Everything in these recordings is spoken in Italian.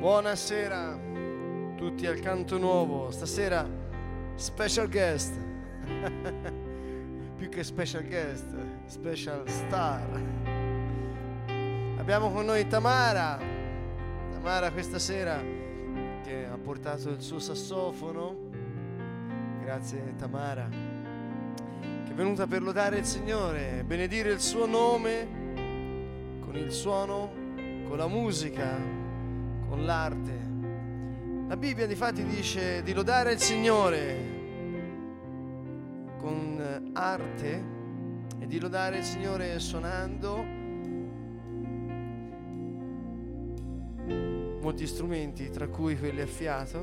Buonasera tutti al Canto Nuovo. Stasera special guest. Più che special guest, special star. Abbiamo con noi Tamara questa sera che ha portato il suo sassofono. Grazie Tamara, che è venuta per lodare il Signore, benedire il suo nome con il suono, con la musica, con l'arte. La Bibbia difatti dice di lodare il Signore con arte e di lodare il Signore suonando molti strumenti, tra cui quelli a fiato.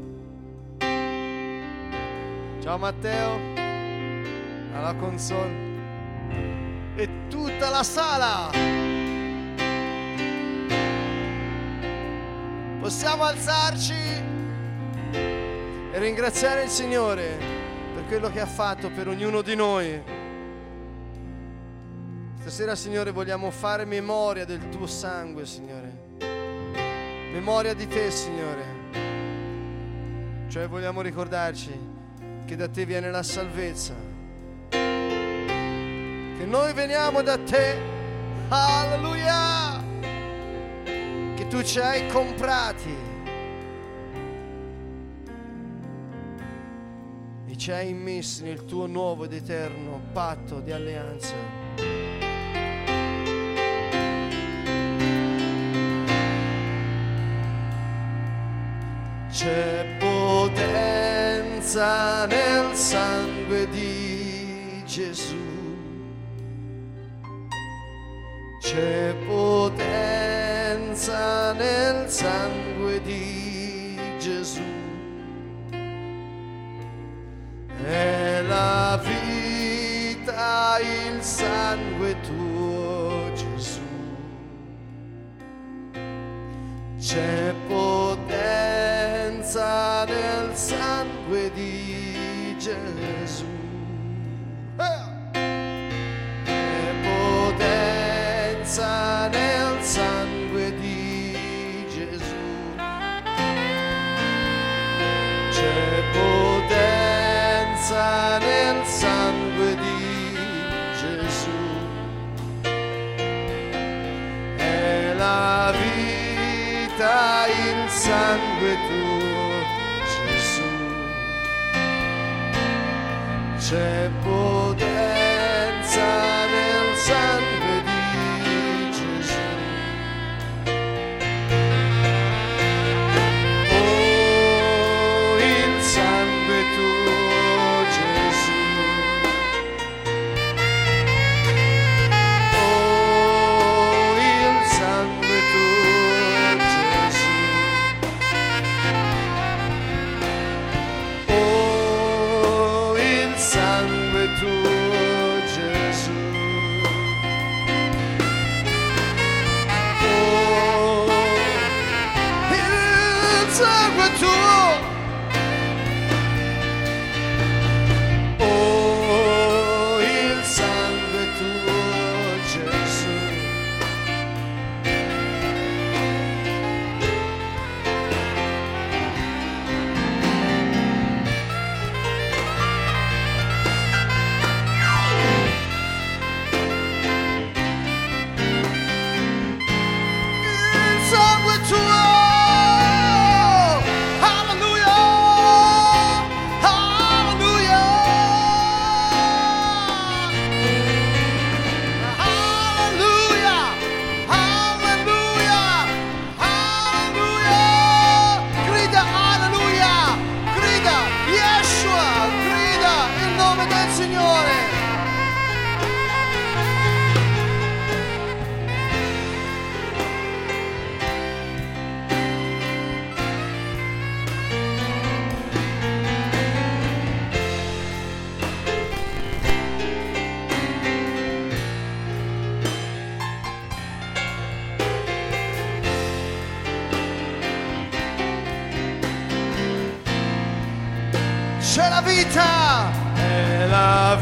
Ciao Matteo alla console e tutta la sala. Possiamo alzarci e ringraziare il Signore per quello che ha fatto per ognuno di noi. Stasera, Signore, vogliamo fare memoria del tuo sangue, Signore. Memoria di te, Signore. Cioè vogliamo ricordarci che da te viene la salvezza, che noi veniamo da te. Alleluia! Che tu ci hai comprati e ci hai immessi nel tuo nuovo ed eterno patto di alleanza. C'è potenza nel sangue di Gesù. C'è potenza nel sangue di Gesù. È la vita, il sangue tuo, Gesù. C'è potenza nel sangue di Gesù. Nel sangue di Gesù c'è potenza, nel sangue di Gesù. È la vita, il sangue tuo, Gesù. C'è potenza nel sangue di c'è la vita, è la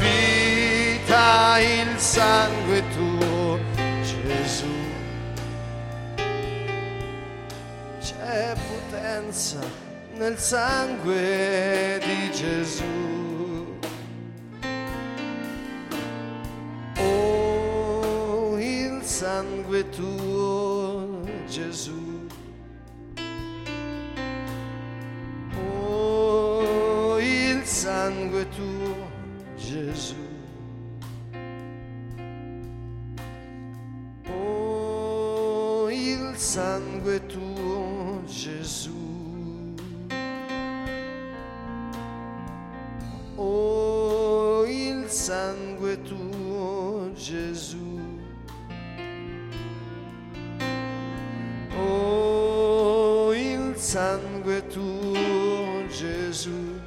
vita, il sangue tuo, Gesù. c'è potenza nel sangue di Gesù. Oh, il sangue tuo, Gesù. Oh, il sangue tuo, Gesù. Oh, il sangue tuo, Gesù. Oh, il sangue tuo, Gesù. Oh, il sangue tuo, Gesù.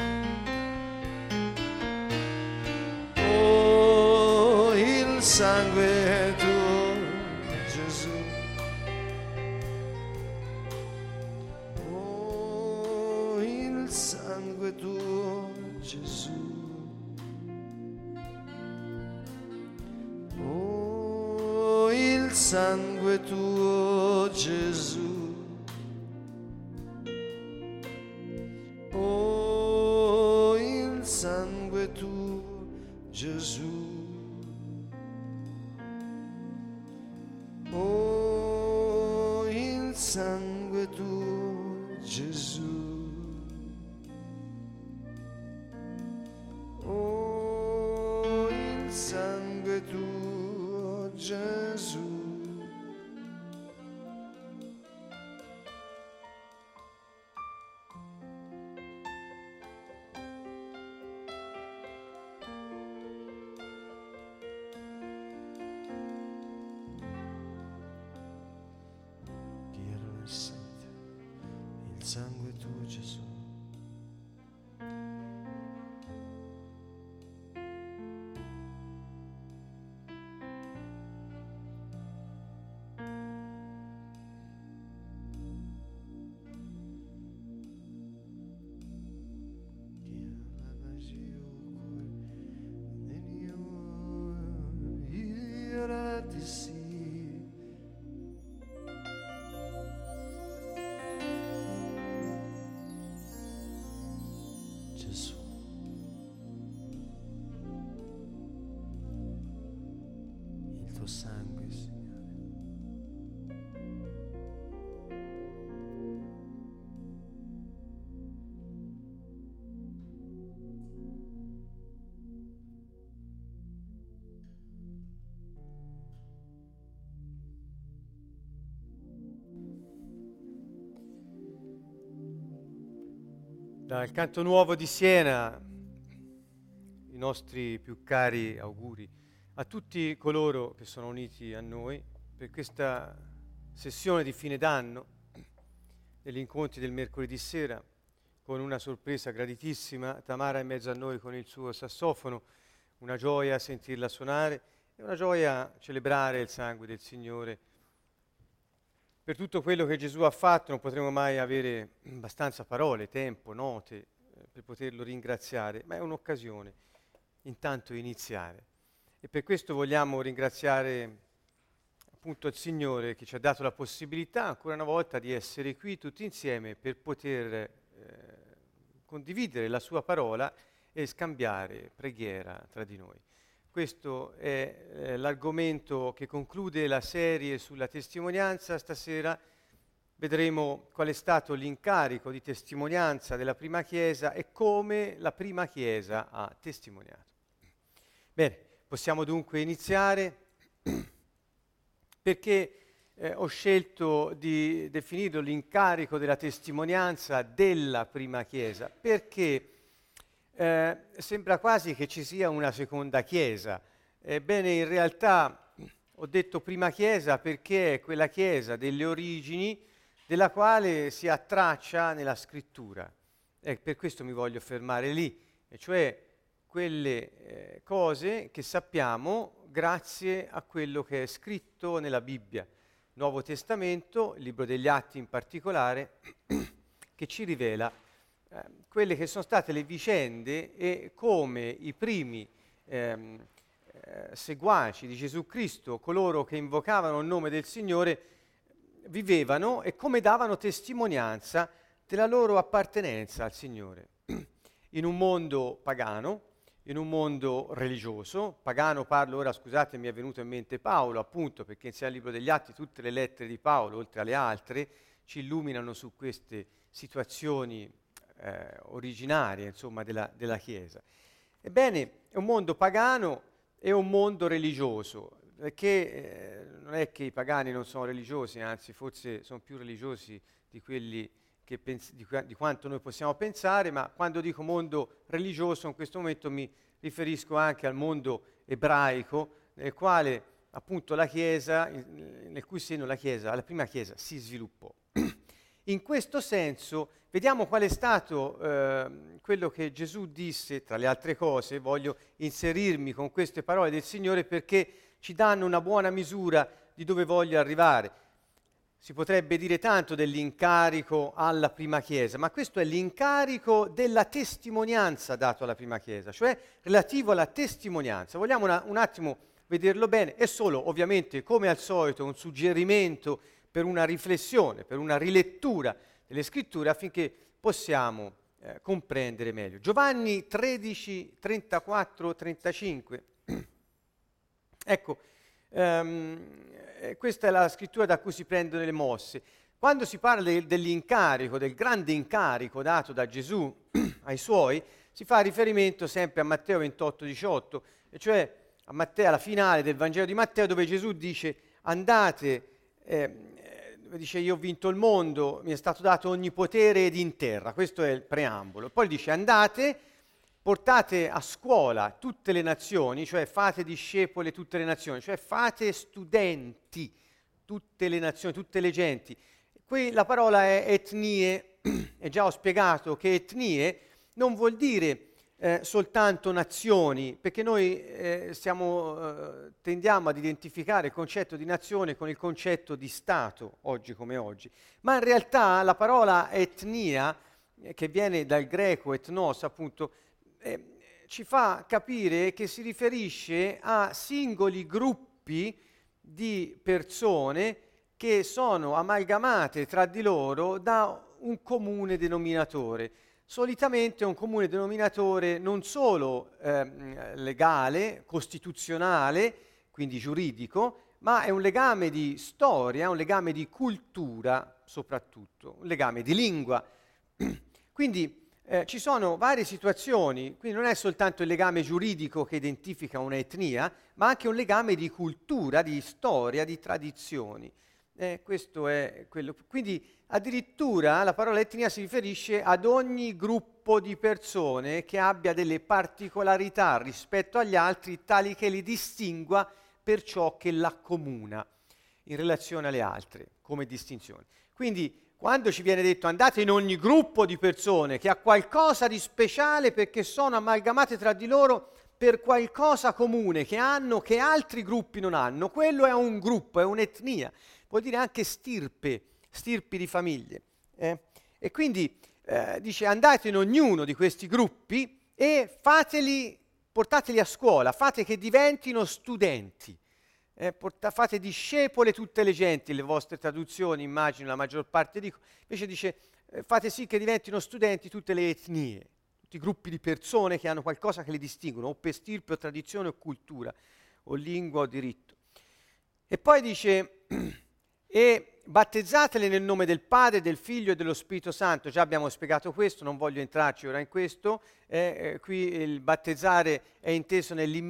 Oh, il sangue tuo, Gesù. Oh, il sangue tuo, Gesù. Oh, il sangue tuo, Gesù. Oh, il sangue tuo, Gesù. Oh, il sangue tuo, Gesù. Oh, il sangue tuo, Gesù. Dio Sante, il sangue tuo, Gesù. Gesù. Il tuo sangue, Signore. Dal Canto Nuovo di Siena, i nostri più cari auguri a tutti coloro che sono uniti a noi per questa sessione di fine d'anno degli incontri del mercoledì sera, con una sorpresa graditissima, Tamara in mezzo a noi con il suo sassofono, una gioia sentirla suonare e una gioia celebrare il sangue del Signore. Per tutto quello che Gesù ha fatto non potremo mai avere abbastanza parole, tempo, note per poterlo ringraziare, ma è un'occasione intanto iniziare. E per questo vogliamo ringraziare appunto il Signore che ci ha dato la possibilità ancora una volta di essere qui tutti insieme per poter condividere la sua parola e scambiare preghiera tra di noi. Questo è l'argomento che conclude la serie sulla testimonianza. Stasera vedremo qual è stato l'incarico di testimonianza della prima Chiesa e come la prima Chiesa ha testimoniato. Bene, possiamo dunque iniziare. Perché ho scelto di definirlo l'incarico della testimonianza della prima Chiesa? Perché sembra quasi che ci sia una seconda Chiesa. Ebbene, in realtà ho detto prima Chiesa perché è quella Chiesa delle origini della quale si ha traccia nella Scrittura. E per questo mi voglio fermare lì, e cioè quelle cose che sappiamo grazie a quello che è scritto nella Bibbia, Nuovo Testamento, il Libro degli Atti in particolare, che ci rivela quelle che sono state le vicende e come i primi seguaci di Gesù Cristo, coloro che invocavano il nome del Signore, vivevano e come davano testimonianza della loro appartenenza al Signore. In un mondo pagano, in un mondo religioso, pagano parlo ora, scusate, mi è venuto in mente Paolo, appunto, perché insieme al libro degli Atti tutte le lettere di Paolo, oltre alle altre, ci illuminano su queste situazioni originarie, insomma, della Chiesa. Ebbene, è un mondo pagano e un mondo religioso, perché non è che i pagani non sono religiosi, anzi forse sono più religiosi di quelli di quanto noi possiamo pensare, ma quando dico mondo religioso in questo momento mi riferisco anche al mondo ebraico, nel quale appunto la Chiesa, nel cui seno la prima Chiesa si sviluppò. In questo senso vediamo qual è stato quello che Gesù disse, tra le altre cose, voglio inserirmi con queste parole del Signore perché ci danno una buona misura di dove voglio arrivare. Si potrebbe dire tanto dell'incarico alla prima Chiesa, ma questo è l'incarico della testimonianza dato alla prima Chiesa, cioè relativo alla testimonianza. Vogliamo un attimo vederlo bene, è solo ovviamente come al solito un suggerimento per una riflessione, per una rilettura delle Scritture affinché possiamo comprendere meglio. Giovanni 13, 34, 35. Ecco, questa è la scrittura da cui si prendono le mosse. Quando si parla dell'incarico, del grande incarico dato da Gesù ai Suoi, si fa riferimento sempre a Matteo 28, 18, e cioè a Matteo, alla finale del Vangelo di Matteo, dove Gesù dice andate, dice io ho vinto il mondo, mi è stato dato ogni potere ed in terra, questo è il preambolo. Poi dice andate, portate a scuola tutte le nazioni, cioè fate discepoli tutte le nazioni, cioè fate studenti tutte le nazioni, tutte le genti. Qui la parola è etnie, e già ho spiegato che etnie non vuol dire soltanto nazioni, perché noi tendiamo ad identificare il concetto di nazione con il concetto di Stato, oggi come oggi, ma in realtà la parola etnia, che viene dal greco etnos, appunto, ci fa capire che si riferisce a singoli gruppi di persone che sono amalgamate tra di loro da un comune denominatore. Solitamente un comune denominatore non solo legale, costituzionale, quindi giuridico, ma è un legame di storia, un legame di cultura soprattutto, un legame di lingua. Quindi ci sono varie situazioni, quindi non è soltanto il legame giuridico che identifica un'etnia, ma anche un legame di cultura, di storia, di tradizioni. Questo è quello. Quindi addirittura la parola etnia si riferisce ad ogni gruppo di persone che abbia delle particolarità rispetto agli altri, tali che li distingua per ciò che l'accomuna in relazione alle altre, come distinzione. Quindi quando ci viene detto andate in ogni gruppo di persone che ha qualcosa di speciale perché sono amalgamate tra di loro per qualcosa comune che hanno, che altri gruppi non hanno, quello è un gruppo, è un'etnia, vuol dire anche stirpi di famiglie. E quindi dice andate in ognuno di questi gruppi e portateli a scuola, fate che diventino studenti. Fate discepole tutte le genti, le vostre traduzioni, immagino la maggior parte dico, invece dice fate sì che diventino studenti tutte le etnie, tutti i gruppi di persone che hanno qualcosa che li distinguono, o per stirpe o tradizione o cultura, o lingua o diritto. E poi dice e battezzatele nel nome del Padre, del Figlio e dello Spirito Santo. Già abbiamo spiegato questo, non voglio entrarci ora in questo. Qui il battezzare è inteso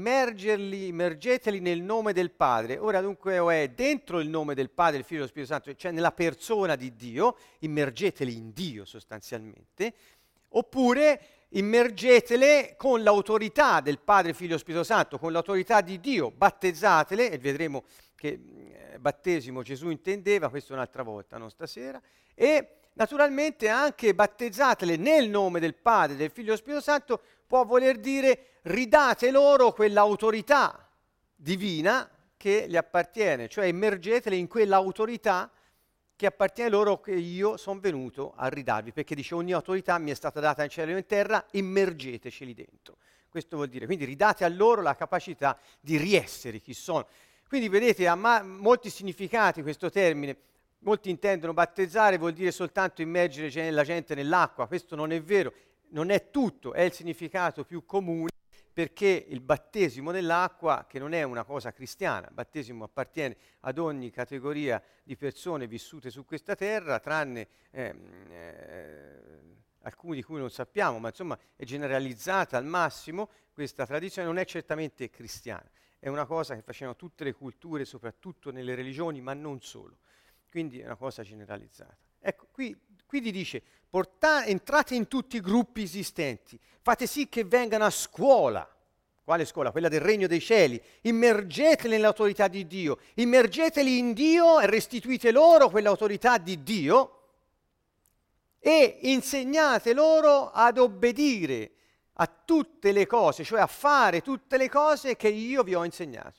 immergeteli nel nome del Padre. Ora dunque o è dentro il nome del Padre, del Figlio e dello Spirito Santo, cioè nella persona di Dio, immergeteli in Dio sostanzialmente, oppure immergetele con l'autorità del Padre, Figlio e Spirito Santo, con l'autorità di Dio, battezzatele, e vedremo che battesimo Gesù intendeva, questo un'altra volta, non stasera, e naturalmente anche battezzatele nel nome del Padre, del Figlio e dello Spirito Santo, può voler dire ridate loro quell'autorità divina che gli appartiene, cioè immergetele in quell'autorità che appartiene loro che io sono venuto a ridarvi, perché dice ogni autorità mi è stata data in cielo e in terra, immergeteceli dentro. Questo vuol dire, quindi ridate a loro la capacità di riessere chi sono. Quindi vedete, ha molti significati questo termine. Molti intendono battezzare vuol dire soltanto immergere la gente nell'acqua, questo non è vero, non è tutto, è il significato più comune, perché il battesimo nell'acqua, che non è una cosa cristiana, il battesimo appartiene ad ogni categoria di persone vissute su questa terra, tranne alcuni di cui non sappiamo, ma insomma è generalizzata al massimo, questa tradizione non è certamente cristiana, è una cosa che facevano tutte le culture, soprattutto nelle religioni, ma non solo. Quindi è una cosa generalizzata. Ecco, quindi dice, entrate in tutti i gruppi esistenti, fate sì che vengano a scuola. Quale scuola? Quella del regno dei cieli. Immergeteli nell'autorità di Dio, immergeteli in Dio e restituite loro quell'autorità di Dio e insegnate loro ad obbedire a tutte le cose, cioè a fare tutte le cose che io vi ho insegnato.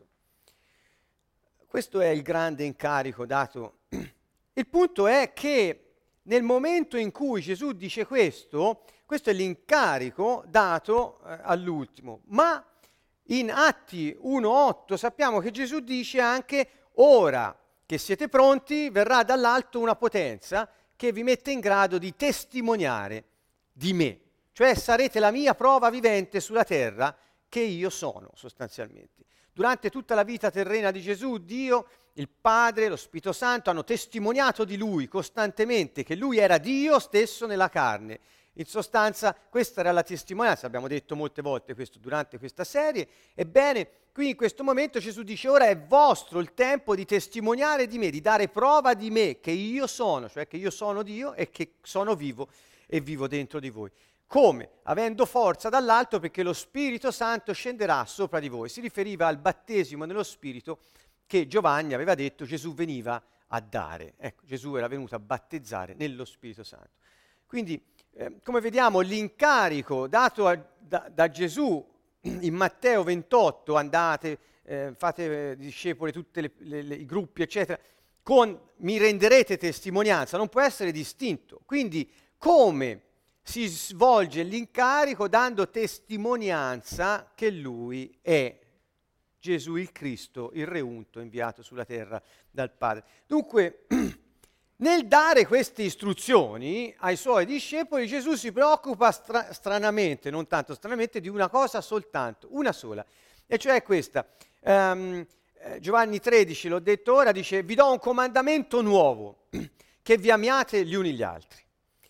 Questo è il grande incarico dato. Il punto è che nel momento in cui Gesù dice questo è l'incarico dato all'ultimo. Ma in Atti 1,8 sappiamo che Gesù dice anche: ora che siete pronti, verrà dall'alto una potenza che vi mette in grado di testimoniare di me. Cioè sarete la mia prova vivente sulla terra che io sono, sostanzialmente. Durante tutta la vita terrena di Gesù, Dio, il Padre, lo Spirito Santo hanno testimoniato di Lui costantemente che Lui era Dio stesso nella carne. In sostanza questa era la testimonianza, abbiamo detto molte volte questo durante questa serie. Ebbene, qui in questo momento Gesù dice: ora è vostro il tempo di testimoniare di me, di dare prova di me, che io sono, cioè che io sono Dio e che sono vivo e vivo dentro di voi. Come? Avendo forza dall'alto, perché lo Spirito Santo scenderà sopra di voi. Si riferiva al battesimo nello Spirito che Giovanni aveva detto Gesù veniva a dare. Ecco, Gesù era venuto a battezzare nello Spirito Santo. Quindi, come vediamo, l'incarico dato da Gesù in Matteo 28, andate, fate discepoli tutti i gruppi, eccetera, con mi renderete testimonianza, non può essere distinto. Quindi, come si svolge l'incarico dando testimonianza che Lui è Gesù il Cristo, il Re unto, inviato sulla terra dal Padre. Dunque, nel dare queste istruzioni ai Suoi discepoli, Gesù si preoccupa stranamente, non tanto stranamente, di una cosa soltanto, una sola, e cioè questa. Giovanni 13, l'ho detto ora, dice: vi do un comandamento nuovo, che vi amiate gli uni gli altri.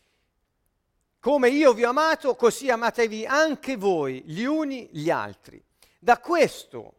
Come io vi ho amato, così amatevi anche voi, gli uni gli altri. Da questo,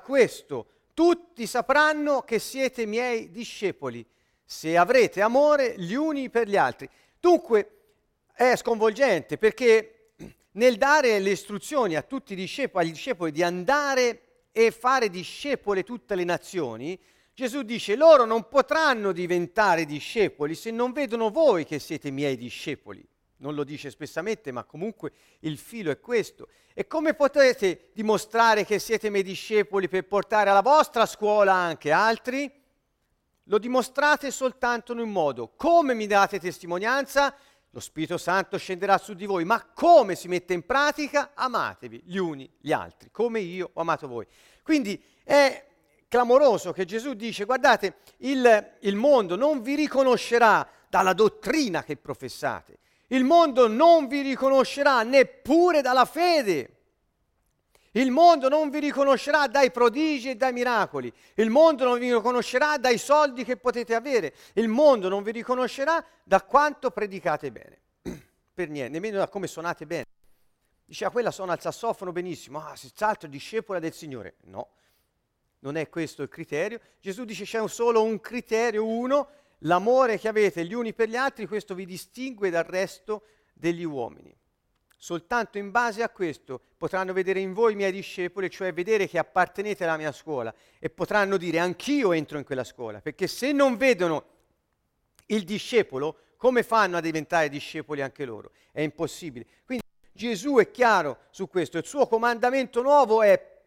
tutti sapranno che siete miei discepoli, se avrete amore gli uni per gli altri. Dunque, è sconvolgente, perché nel dare le istruzioni a tutti agli discepoli di andare e fare discepole tutte le nazioni, Gesù dice: loro non potranno diventare discepoli se non vedono voi che siete miei discepoli. Non lo dice espressamente, ma comunque il filo è questo. E come potete dimostrare che siete miei discepoli per portare alla vostra scuola anche altri? Lo dimostrate soltanto in un modo. Come mi date testimonianza? Lo Spirito Santo scenderà su di voi. Ma come si mette in pratica? Amatevi gli uni gli altri, come io ho amato voi. Quindi è clamoroso che Gesù dice: guardate, il mondo non vi riconoscerà dalla dottrina che professate. Il mondo non vi riconoscerà neppure dalla fede. Il mondo non vi riconoscerà dai prodigi e dai miracoli. Il mondo non vi riconoscerà dai soldi che potete avere. Il mondo non vi riconoscerà da quanto predicate bene. Per niente, nemmeno da come suonate bene. Diceva: quella suona il sassofono benissimo. Senz'altro discepola del Signore. No, non è questo il criterio. Gesù dice: c'è solo un criterio, uno. L'amore che avete gli uni per gli altri, questo vi distingue dal resto degli uomini. Soltanto in base a questo potranno vedere in voi i miei discepoli, cioè vedere che appartenete alla mia scuola, e potranno dire: anch'io entro in quella scuola, perché se non vedono il discepolo, come fanno a diventare discepoli anche loro? È impossibile. Quindi Gesù è chiaro su questo, il suo comandamento nuovo è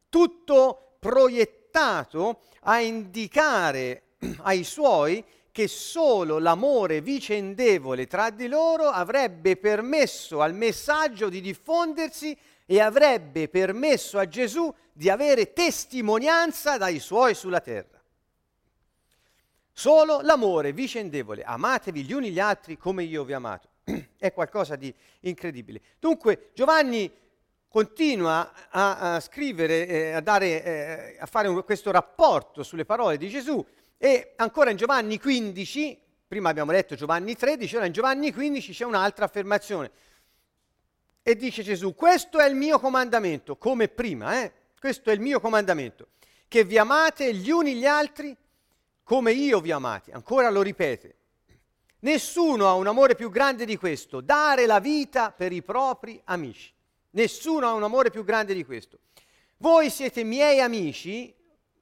tutto proiettato a indicare ai suoi che solo l'amore vicendevole tra di loro avrebbe permesso al messaggio di diffondersi e avrebbe permesso a Gesù di avere testimonianza dai suoi sulla terra. Solo l'amore vicendevole. Amatevi gli uni gli altri come io vi ho amato. È qualcosa di incredibile. Dunque Giovanni continua a scrivere, a fare questo rapporto sulle parole di Gesù, e ancora in Giovanni 15, prima abbiamo letto Giovanni 13, ora in Giovanni 15 c'è un'altra affermazione. E dice Gesù: questo è il mio comandamento, come prima, questo è il mio comandamento, che vi amate gli uni gli altri come io vi ho amati. Ancora lo ripete. Nessuno ha un amore più grande di questo, dare la vita per i propri amici. Nessuno ha un amore più grande di questo. Voi siete miei amici,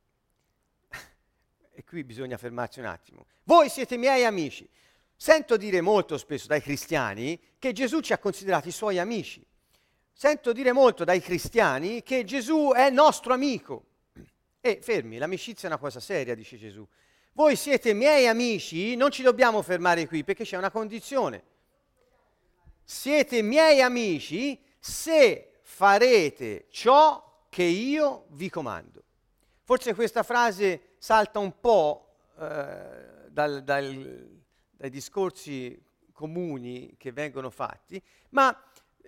e qui bisogna fermarsi un attimo. Voi siete miei amici. Sento dire molto spesso dai cristiani che Gesù ci ha considerati suoi amici. Sento dire molto dai cristiani che Gesù è nostro amico. E fermi, l'amicizia è una cosa seria, dice Gesù. Voi siete miei amici, non ci dobbiamo fermare qui perché c'è una condizione. Siete miei amici se farete ciò che io vi comando. Forse questa frase salta un po' dai discorsi comuni che vengono fatti, ma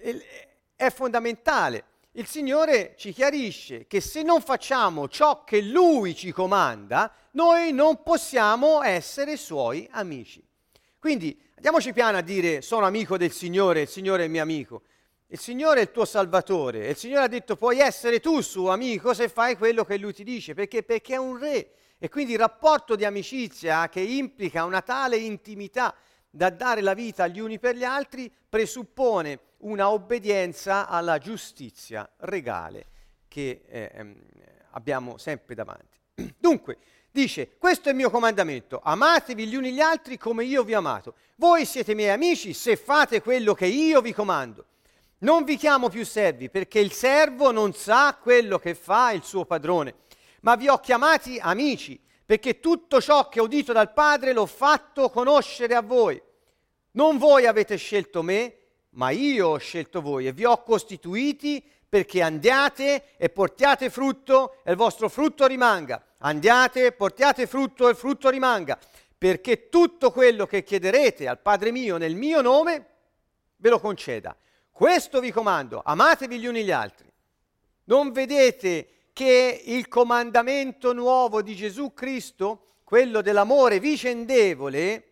è fondamentale. Il Signore ci chiarisce che se non facciamo ciò che Lui ci comanda, noi non possiamo essere Suoi amici. Quindi andiamoci piano a dire: sono amico del Signore, il Signore è mio amico. Il Signore è il tuo Salvatore, e il Signore ha detto: puoi essere tu suo amico se fai quello che Lui ti dice, perché è un re. E quindi il rapporto di amicizia, che implica una tale intimità da dare la vita gli uni per gli altri, presuppone una obbedienza alla giustizia regale che abbiamo sempre davanti. Dunque, dice: questo è il mio comandamento, amatevi gli uni gli altri come io vi ho amato. Voi siete miei amici se fate quello che io vi comando. Non vi chiamo più servi, perché il servo non sa quello che fa il suo padrone, ma vi ho chiamati amici, perché tutto ciò che ho udito dal Padre l'ho fatto conoscere a voi. Non voi avete scelto me, ma io ho scelto voi e vi ho costituiti perché andiate e portiate frutto e il vostro frutto rimanga. Andiate, portiate frutto e il frutto rimanga, perché tutto quello che chiederete al Padre mio nel mio nome ve lo conceda. Questo vi comando: amatevi gli uni gli altri. Non vedete che il comandamento nuovo di Gesù Cristo, quello dell'amore vicendevole,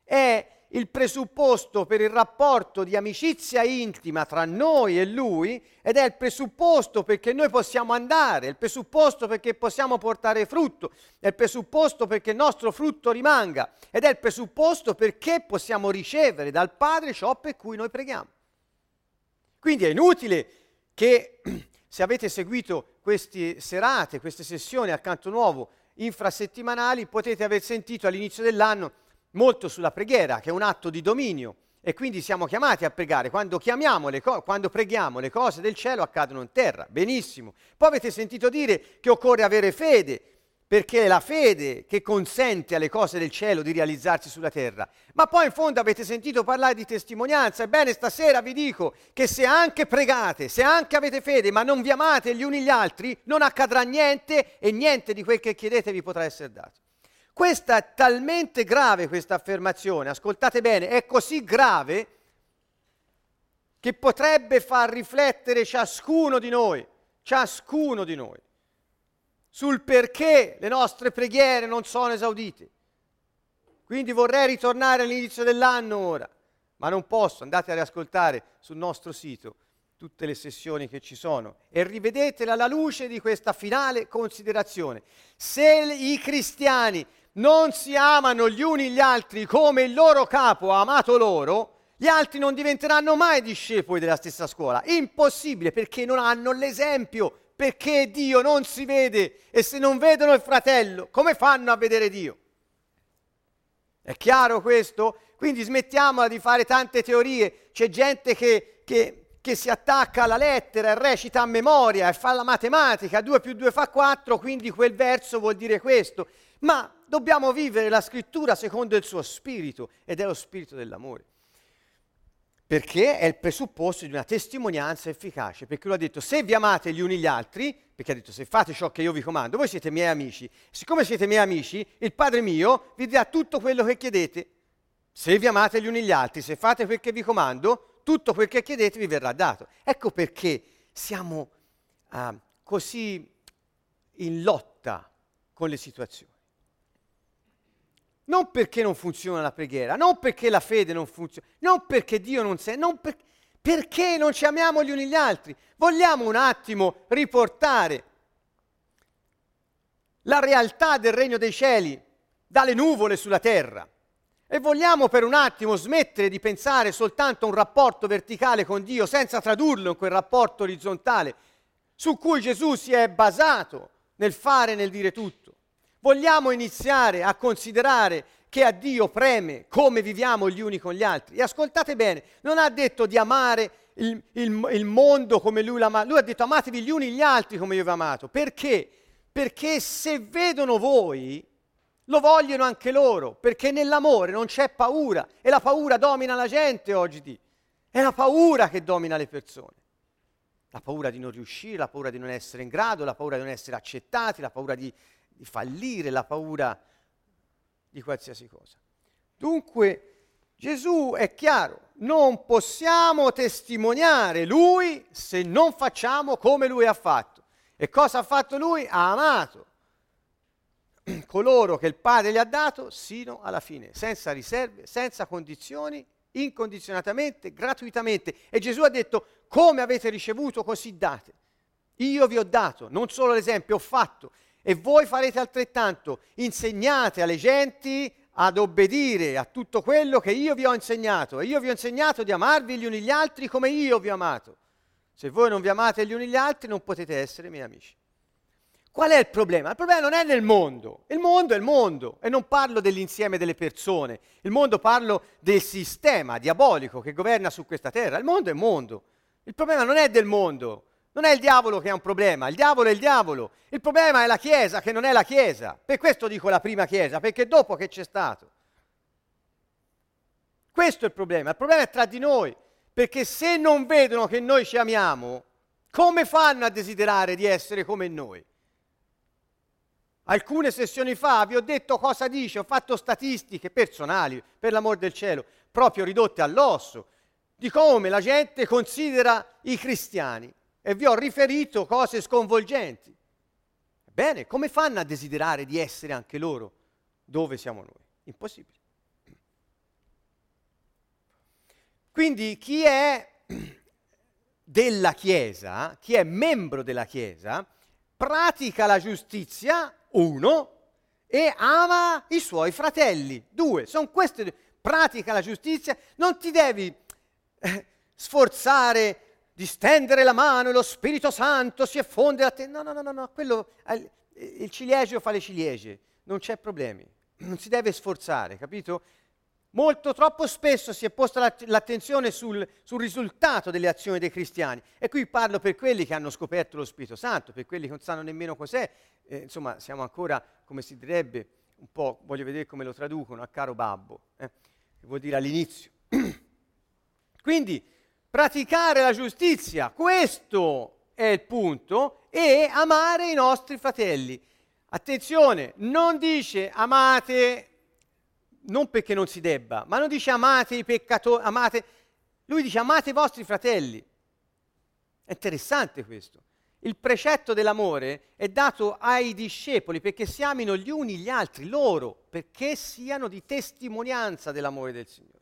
è il presupposto per il rapporto di amicizia intima tra noi e Lui, ed è il presupposto perché noi possiamo andare, è il presupposto perché possiamo portare frutto, è il presupposto perché il nostro frutto rimanga, ed è il presupposto perché possiamo ricevere dal Padre ciò per cui noi preghiamo. Quindi è inutile che, se avete seguito queste serate, queste sessioni al Canto Nuovo infrasettimanali, potete aver sentito all'inizio dell'anno molto sulla preghiera, che è un atto di dominio, e quindi siamo chiamati a pregare. Quando preghiamo, le cose del cielo accadono in terra. Benissimo. Poi avete sentito dire che occorre avere fede, perché è la fede che consente alle cose del cielo di realizzarsi sulla terra. Ma poi in fondo avete sentito parlare di testimonianza. Ebbene, stasera vi dico che se anche pregate, se anche avete fede, ma non vi amate gli uni gli altri, non accadrà niente, e niente di quel che chiedete vi potrà essere dato. Questa è talmente grave, questa affermazione, ascoltate bene, è così grave che potrebbe far riflettere ciascuno di noi, sul perché le nostre preghiere non sono esaudite. Quindi vorrei ritornare all'inizio dell'anno ora, ma non posso. Andate a riascoltare sul nostro sito tutte le sessioni che ci sono e rivedetela alla luce di questa finale considerazione. Se i cristiani non si amano gli uni gli altri come il loro capo ha amato loro, gli altri non diventeranno mai discepoli della stessa scuola. Impossibile, perché non hanno l'esempio, perché Dio non si vede, e se non vedono il fratello, come fanno a vedere Dio? È chiaro questo? Quindi smettiamola di fare tante teorie. C'è gente che si attacca alla lettera e recita a memoria e fa la matematica, 2 più 2 fa 4, quindi quel verso vuol dire questo. Ma dobbiamo vivere la scrittura secondo il suo spirito, ed è lo spirito dell'amore. Perché è il presupposto di una testimonianza efficace, perché lui ha detto se vi amate gli uni gli altri, perché ha detto se fate ciò che io vi comando, voi siete miei amici. Siccome siete miei amici, il Padre mio vi darà tutto quello che chiedete. Se vi amate gli uni gli altri, se fate quel che vi comando, tutto quel che chiedete vi verrà dato. Ecco perché siamo così in lotta con le situazioni. Non perché non funziona la preghiera, non perché la fede non funziona, non perché Dio non sente, perché non ci amiamo gli uni gli altri. Vogliamo un attimo riportare la realtà del regno dei cieli dalle nuvole sulla terra e vogliamo per un attimo smettere di pensare soltanto a un rapporto verticale con Dio senza tradurlo in quel rapporto orizzontale su cui Gesù si è basato nel fare e nel dire tutto. Vogliamo iniziare a considerare che a Dio preme come viviamo gli uni con gli altri. E ascoltate bene, non ha detto di amare il mondo come Lui l'ha amato. Lui ha detto amatevi gli uni gli altri come io vi ho amato. Perché? Perché se vedono voi, lo vogliono anche loro. Perché nell'amore non c'è paura. E la paura domina la gente oggi. È la paura che domina le persone. La paura di non riuscire, la paura di non essere in grado, la paura di non essere accettati, la paura di fallire, la paura di qualsiasi cosa. Dunque Gesù è chiaro, non possiamo testimoniare Lui se non facciamo come Lui ha fatto. E cosa ha fatto Lui? Ha amato coloro che il Padre gli ha dato sino alla fine, senza riserve, senza condizioni, incondizionatamente, gratuitamente. E Gesù ha detto, come avete ricevuto così date. Io vi ho dato, non solo l'esempio, ho fatto. E voi farete altrettanto, insegnate alle genti ad obbedire a tutto quello che io vi ho insegnato. E io vi ho insegnato di amarvi gli uni gli altri come io vi ho amato. Se voi non vi amate gli uni gli altri non potete essere miei amici. Qual è il problema? Il problema non è nel mondo. Il mondo è il mondo e non parlo dell'insieme delle persone. Il mondo parlo del sistema diabolico che governa su questa terra. Il mondo è il mondo. Il problema non è del mondo. Non è il diavolo che ha un problema, il diavolo è il diavolo. Il problema è la Chiesa che non è la Chiesa. Per questo dico la prima Chiesa, perché dopo che c'è stato. Questo è il problema è tra di noi. Perché se non vedono che noi ci amiamo, come fanno a desiderare di essere come noi? Alcune sessioni fa vi ho detto cosa dice, ho fatto statistiche personali, per l'amor del cielo, proprio ridotte all'osso, di come la gente considera i cristiani. E vi ho riferito cose sconvolgenti. Bene, come fanno a desiderare di essere anche loro dove siamo noi? Impossibile. Quindi chi è della Chiesa, chi è membro della Chiesa, pratica la giustizia, 1, e ama i suoi fratelli, 2. Sono queste due. Pratica la giustizia, non ti devi sforzare di stendere la mano e lo Spirito Santo si effonde a te. No, quello, il ciliegio fa le ciliegie, non c'è problemi, non si deve sforzare, capito? Molto troppo spesso si è posta l'attenzione sul risultato delle azioni dei cristiani. E qui parlo per quelli che hanno scoperto lo Spirito Santo, per quelli che non sanno nemmeno cos'è. Insomma, siamo ancora, come si direbbe, un po', voglio vedere come lo traducono, a caro babbo, che vuol dire all'inizio. Quindi, praticare la giustizia, questo è il punto, e amare i nostri fratelli. Attenzione, non dice amate, non perché non si debba, ma non dice amate i peccatori, lui dice amate i vostri fratelli. È interessante questo. Il precetto dell'amore è dato ai discepoli perché si amino gli uni gli altri, loro, perché siano di testimonianza dell'amore del Signore.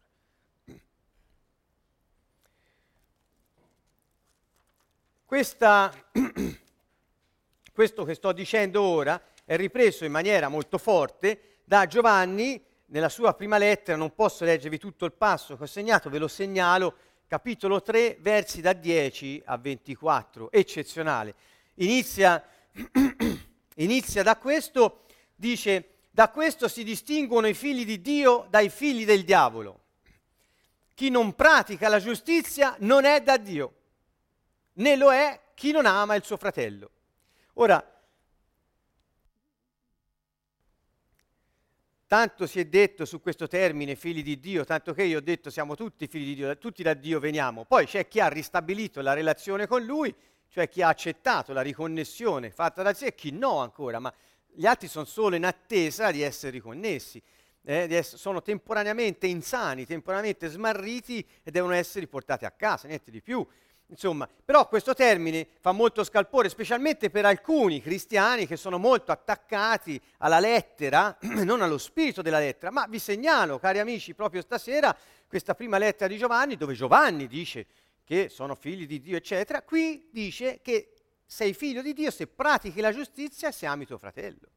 Questo che sto dicendo ora è ripreso in maniera molto forte da Giovanni nella sua prima lettera. Non posso leggervi tutto il passo che ho segnato, ve lo segnalo, capitolo 3, versi da 10 a 24, eccezionale. Inizia da questo, dice, da questo si distinguono i figli di Dio dai figli del diavolo. Chi non pratica la giustizia non è da Dio, né lo è chi non ama il suo fratello. Ora, tanto si è detto su questo termine figli di Dio, tanto che io ho detto siamo tutti figli di Dio, tutti da Dio veniamo. Poi c'è chi ha ristabilito la relazione con Lui, cioè chi ha accettato la riconnessione fatta da sé e chi no ancora, ma gli altri sono solo in attesa di essere riconnessi, sono temporaneamente insani, temporaneamente smarriti e devono essere riportati a casa, niente di più. Insomma, però questo termine fa molto scalpore, specialmente per alcuni cristiani che sono molto attaccati alla lettera, non allo spirito della lettera, ma vi segnalo, cari amici, proprio stasera, questa prima lettera di Giovanni, dove Giovanni dice che sono figli di Dio, eccetera, qui dice che sei figlio di Dio se pratichi la giustizia e se ami tuo fratello.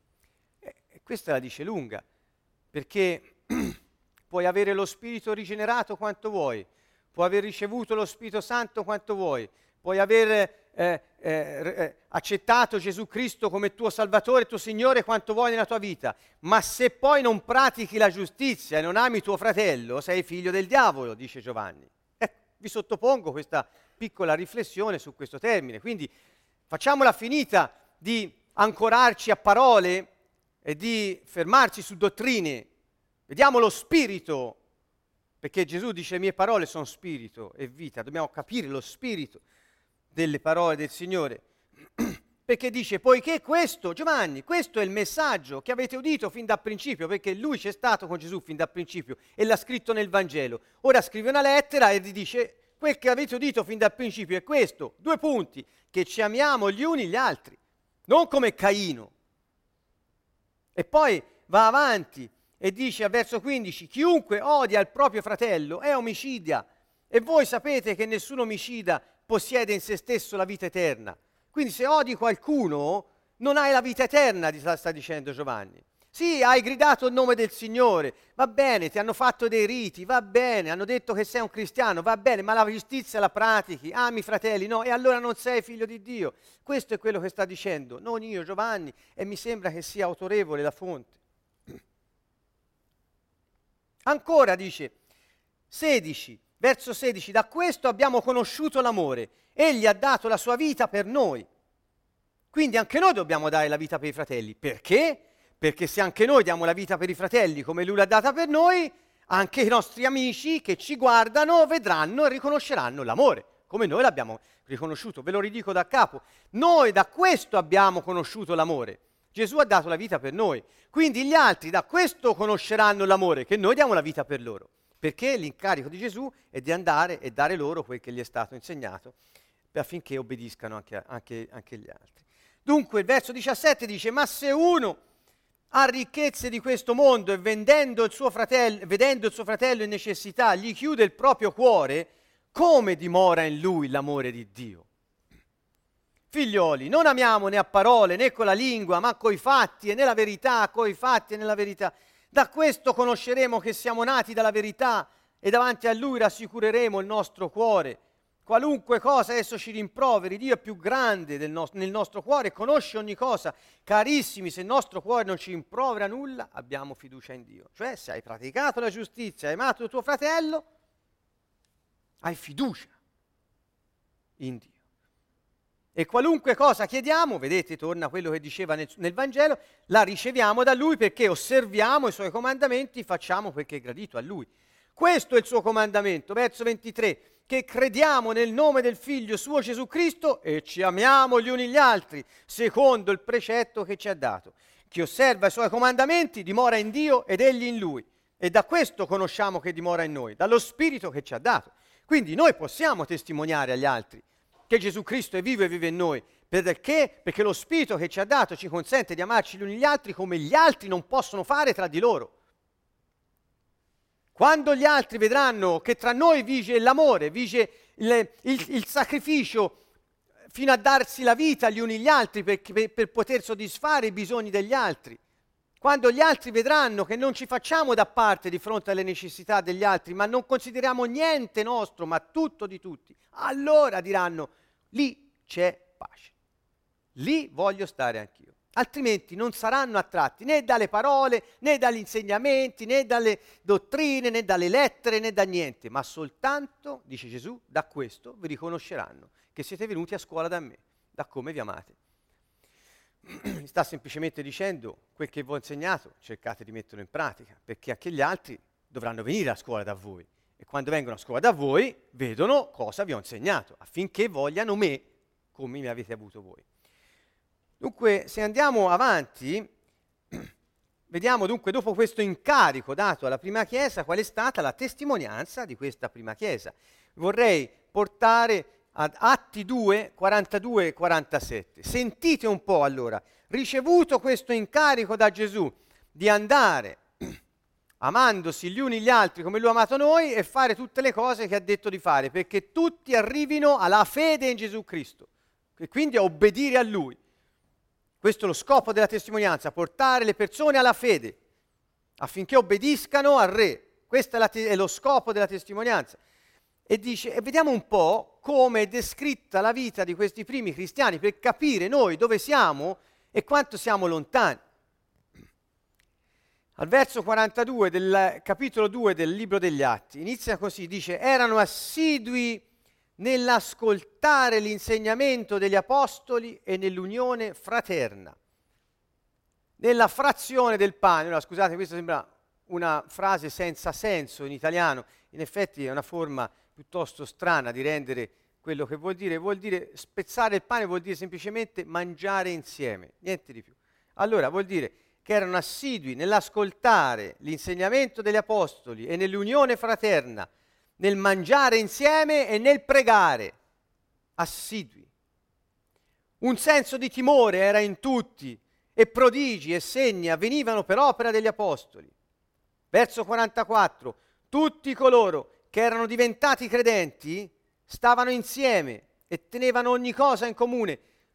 E questa la dice lunga, perché puoi avere lo spirito rigenerato quanto vuoi, puoi aver ricevuto lo Spirito Santo quanto vuoi, puoi aver accettato Gesù Cristo come tuo Salvatore, tuo Signore quanto vuoi nella tua vita, ma se poi non pratichi la giustizia e non ami tuo fratello, sei figlio del diavolo, dice Giovanni. Vi sottopongo questa piccola riflessione su questo termine, quindi facciamola finita di ancorarci a parole e di fermarci su dottrine, vediamo lo spirito, perché Gesù dice le mie parole sono spirito e vita, dobbiamo capire lo spirito delle parole del Signore, perché dice poiché questo, Giovanni, questo è il messaggio che avete udito fin dal principio, perché lui c'è stato con Gesù fin dal principio e l'ha scritto nel Vangelo, ora scrive una lettera e gli dice quel che avete udito fin dal principio è questo, 2 punti, che ci amiamo gli uni gli altri, non come Caino. E poi va avanti e dice al verso 15, chiunque odia il proprio fratello è omicida e voi sapete che nessun omicida possiede in se stesso la vita eterna. Quindi se odi qualcuno non hai la vita eterna, sta dicendo Giovanni. Sì, hai gridato il nome del Signore, va bene, ti hanno fatto dei riti, va bene, hanno detto che sei un cristiano, va bene, ma la giustizia la pratichi, ami i fratelli, no, e allora non sei figlio di Dio. Questo è quello che sta dicendo, non io, Giovanni, e mi sembra che sia autorevole la fonte. Ancora dice, 16, verso 16, da questo abbiamo conosciuto l'amore, egli ha dato la sua vita per noi. Quindi anche noi dobbiamo dare la vita per i fratelli. Perché? Perché se anche noi diamo la vita per i fratelli come lui l'ha data per noi, anche i nostri amici che ci guardano vedranno e riconosceranno l'amore, come noi l'abbiamo riconosciuto. Ve lo ridico da capo. Noi da questo abbiamo conosciuto l'amore. Gesù ha dato la vita per noi. Quindi gli altri da questo conosceranno l'amore, che noi diamo la vita per loro. Perché l'incarico di Gesù è di andare e dare loro quel che gli è stato insegnato, affinché obbediscano anche gli altri. Dunque il verso 17 dice, ma se uno ha ricchezze di questo mondo e vedendo il suo fratello in necessità gli chiude il proprio cuore, come dimora in lui l'amore di Dio? Figlioli, non amiamo né a parole né con la lingua, ma coi fatti e nella verità, coi fatti e nella verità. Da questo conosceremo che siamo nati dalla verità e davanti a Lui rassicureremo il nostro cuore. Qualunque cosa esso ci rimproveri, Dio è più grande nel nostro cuore e conosce ogni cosa. Carissimi, se il nostro cuore non ci rimprovera nulla, abbiamo fiducia in Dio. Cioè, se hai praticato la giustizia, hai amato tuo fratello, hai fiducia in Dio. E qualunque cosa chiediamo, vedete, torna a quello che diceva nel Vangelo, la riceviamo da Lui perché osserviamo i Suoi comandamenti, facciamo quel che è gradito a Lui. Questo è il Suo comandamento, verso 23, che crediamo nel nome del Figlio Suo Gesù Cristo e ci amiamo gli uni gli altri, secondo il precetto che ci ha dato. Chi osserva i Suoi comandamenti dimora in Dio ed Egli in Lui. E da questo conosciamo che dimora in noi, dallo Spirito che ci ha dato. Quindi noi possiamo testimoniare agli altri che Gesù Cristo è vivo e vive in noi. Perché? Perché lo Spirito che ci ha dato ci consente di amarci gli uni gli altri come gli altri non possono fare tra di loro. Quando gli altri vedranno che tra noi vige l'amore, vige il sacrificio fino a darsi la vita gli uni gli altri per poter soddisfare i bisogni degli altri, quando gli altri vedranno che non ci facciamo da parte di fronte alle necessità degli altri, ma non consideriamo niente nostro, ma tutto di tutti, allora diranno, lì c'è pace, lì voglio stare anch'io. Altrimenti non saranno attratti né dalle parole, né dagli insegnamenti, né dalle dottrine, né dalle lettere, né da niente, ma soltanto, dice Gesù, da questo vi riconosceranno che siete venuti a scuola da me, da come vi amate. mi sta semplicemente dicendo quel che vi ho insegnato, cercate di metterlo in pratica, perché anche gli altri dovranno venire a scuola da voi e quando vengono a scuola da voi vedono cosa vi ho insegnato, affinché vogliano me come mi avete avuto voi. Dunque, se andiamo avanti, vediamo dunque dopo questo incarico dato alla prima Chiesa, qual è stata la testimonianza di questa prima Chiesa. Vorrei portare ad Atti 2, 42 e 47. Sentite un po' allora, ricevuto questo incarico da Gesù di andare amandosi gli uni gli altri come Lui ha amato noi e fare tutte le cose che ha detto di fare, perché tutti arrivino alla fede in Gesù Cristo e quindi a obbedire a Lui. Questo è lo scopo della testimonianza, portare le persone alla fede affinché obbediscano al Re. Questo è lo scopo della testimonianza. E dice, e vediamo un po' come è descritta la vita di questi primi cristiani per capire noi dove siamo e quanto siamo lontani. Al verso 42 del capitolo 2 del libro degli Atti inizia così, dice, erano assidui nell'ascoltare l'insegnamento degli apostoli e nell'unione fraterna, nella frazione del pane. Ora, scusate, questa sembra una frase senza senso in italiano, in effetti è una forma piuttosto strana di rendere quello che vuol dire spezzare il pane, vuol dire semplicemente mangiare insieme, niente di più. Allora vuol dire che erano assidui nell'ascoltare l'insegnamento degli apostoli e nell'unione fraterna, nel mangiare insieme e nel pregare, assidui. Un senso di timore era in tutti e prodigi e segni avvenivano per opera degli apostoli. Verso 44, tutti coloro che erano diventati credenti stavano insieme e tenevano ogni cosa in comune.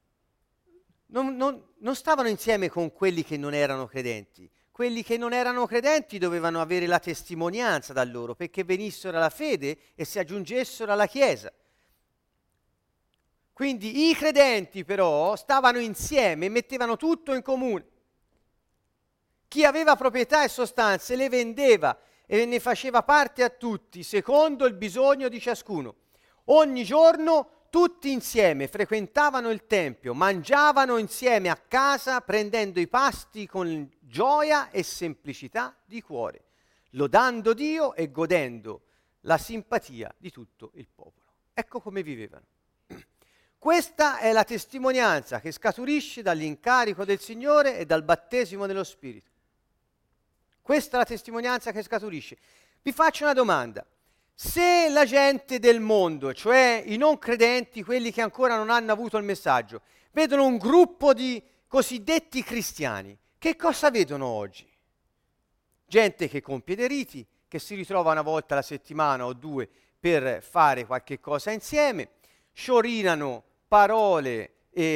Non stavano insieme con quelli che non erano credenti. Quelli che non erano credenti dovevano avere la testimonianza da loro perché venissero alla fede e si aggiungessero alla Chiesa. Quindi i credenti però stavano insieme e mettevano tutto in comune. Chi aveva proprietà e sostanze le vendeva e ne faceva parte a tutti secondo il bisogno di ciascuno. Ogni giorno tutti insieme frequentavano il Tempio, mangiavano insieme a casa, prendendo i pasti con gioia e semplicità di cuore, lodando Dio e godendo la simpatia di tutto il popolo. Ecco come vivevano. Questa è la testimonianza che scaturisce dall'incarico del Signore e dal battesimo nello Spirito. Questa è la testimonianza che scaturisce. Vi faccio una domanda. Se la gente del mondo, cioè i non credenti, quelli che ancora non hanno avuto il messaggio, vedono un gruppo di cosiddetti cristiani, che cosa vedono oggi? Gente che compie dei riti, che si ritrova una volta alla settimana o due per fare qualche cosa insieme, sciorinano parole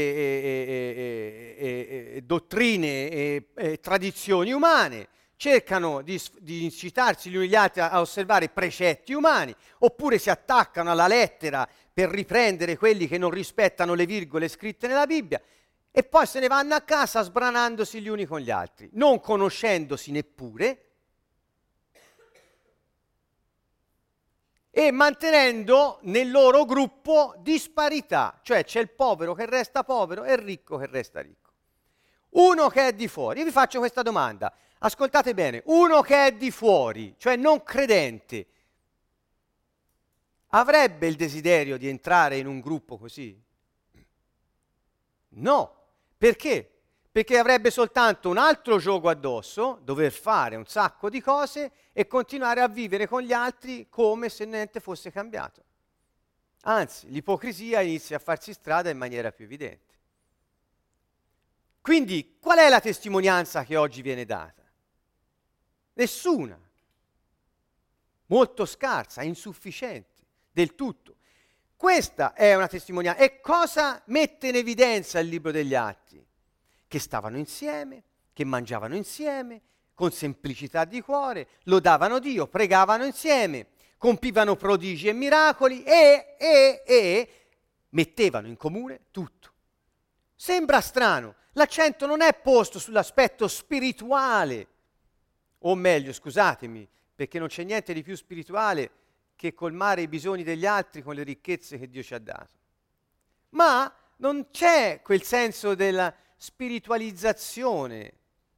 e dottrine e tradizioni umane, cercano di incitarsi gli uni gli altri a osservare precetti umani, oppure si attaccano alla lettera per riprendere quelli che non rispettano le virgole scritte nella Bibbia, e poi se ne vanno a casa sbranandosi gli uni con gli altri, non conoscendosi neppure e mantenendo nel loro gruppo disparità, cioè c'è il povero che resta povero e il ricco che resta ricco. Uno che è di fuori, io vi faccio questa domanda, ascoltate bene, uno che è di fuori, cioè non credente, avrebbe il desiderio di entrare in un gruppo così? No. Perché? Perché avrebbe soltanto un altro gioco addosso, dover fare un sacco di cose e continuare a vivere con gli altri come se niente fosse cambiato. Anzi, l'ipocrisia inizia a farsi strada in maniera più evidente. Quindi, qual è la testimonianza che oggi viene data? Nessuna. Molto scarsa, insufficiente, del tutto. Questa è una testimonianza. E cosa mette in evidenza il libro degli Atti? Che stavano insieme, che mangiavano insieme, con semplicità di cuore, lodavano Dio, pregavano insieme, compivano prodigi e miracoli e mettevano in comune tutto. Sembra strano, l'accento non è posto sull'aspetto spirituale, o meglio, scusatemi, perché non c'è niente di più spirituale che colmare i bisogni degli altri con le ricchezze che Dio ci ha dato. Ma non c'è quel senso della spiritualizzazione,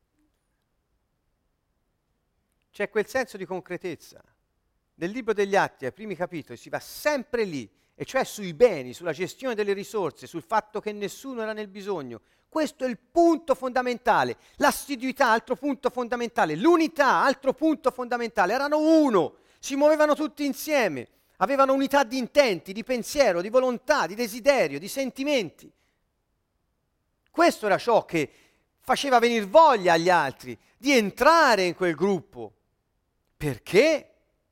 c'è quel senso di concretezza. Nel libro degli Atti, ai primi capitoli, si va sempre lì, e cioè sui beni, sulla gestione delle risorse, sul fatto che nessuno era nel bisogno. Questo è il punto fondamentale. L'assiduità, altro punto fondamentale. L'unità, altro punto fondamentale. Erano uno, si muovevano tutti insieme, avevano unità di intenti, di pensiero, di volontà, di desiderio, di sentimenti. Questo era ciò che faceva venire voglia agli altri di entrare in quel gruppo. Perché?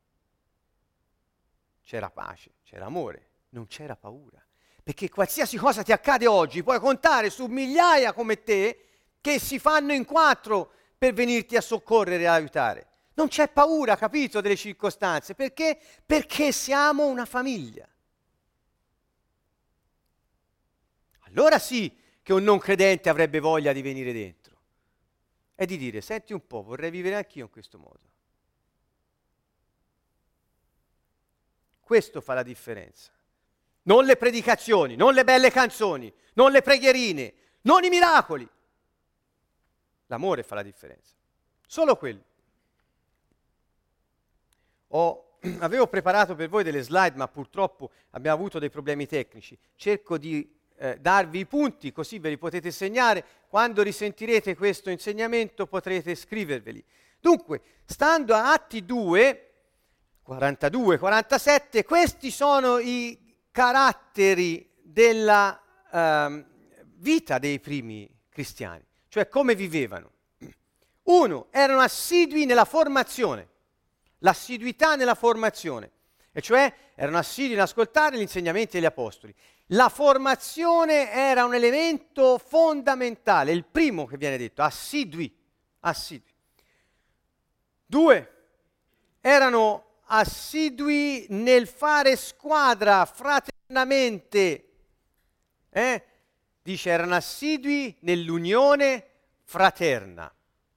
C'era pace, c'era amore, non c'era paura. Perché qualsiasi cosa ti accade oggi, puoi contare su migliaia come te che si fanno in 4 per venirti a soccorrere e aiutare. Non c'è paura, capito, delle circostanze. Perché? Perché siamo una famiglia. Allora sì che un non credente avrebbe voglia di venire dentro e di dire: senti un po', vorrei vivere anch'io in questo modo. Questo fa la differenza. Non le predicazioni, non le belle canzoni, non le preghierine, non i miracoli. L'amore fa la differenza. Solo quello. Avevo preparato per voi delle slide, ma purtroppo abbiamo avuto dei problemi tecnici. Cerco di darvi i punti, così ve li potete segnare. Quando risentirete questo insegnamento potrete scriverveli. Dunque, stando a Atti 2, 42, 47, questi sono i caratteri della vita dei primi cristiani, cioè come vivevano. 1, erano assidui nella formazione, l'assiduità nella formazione, e cioè erano assidui nell'ascoltare gli insegnamenti degli apostoli. La formazione era un elemento fondamentale, il primo che viene detto, assidui. 2, erano assidui nel fare squadra fraternamente, dice erano assidui nell'unione fraterna.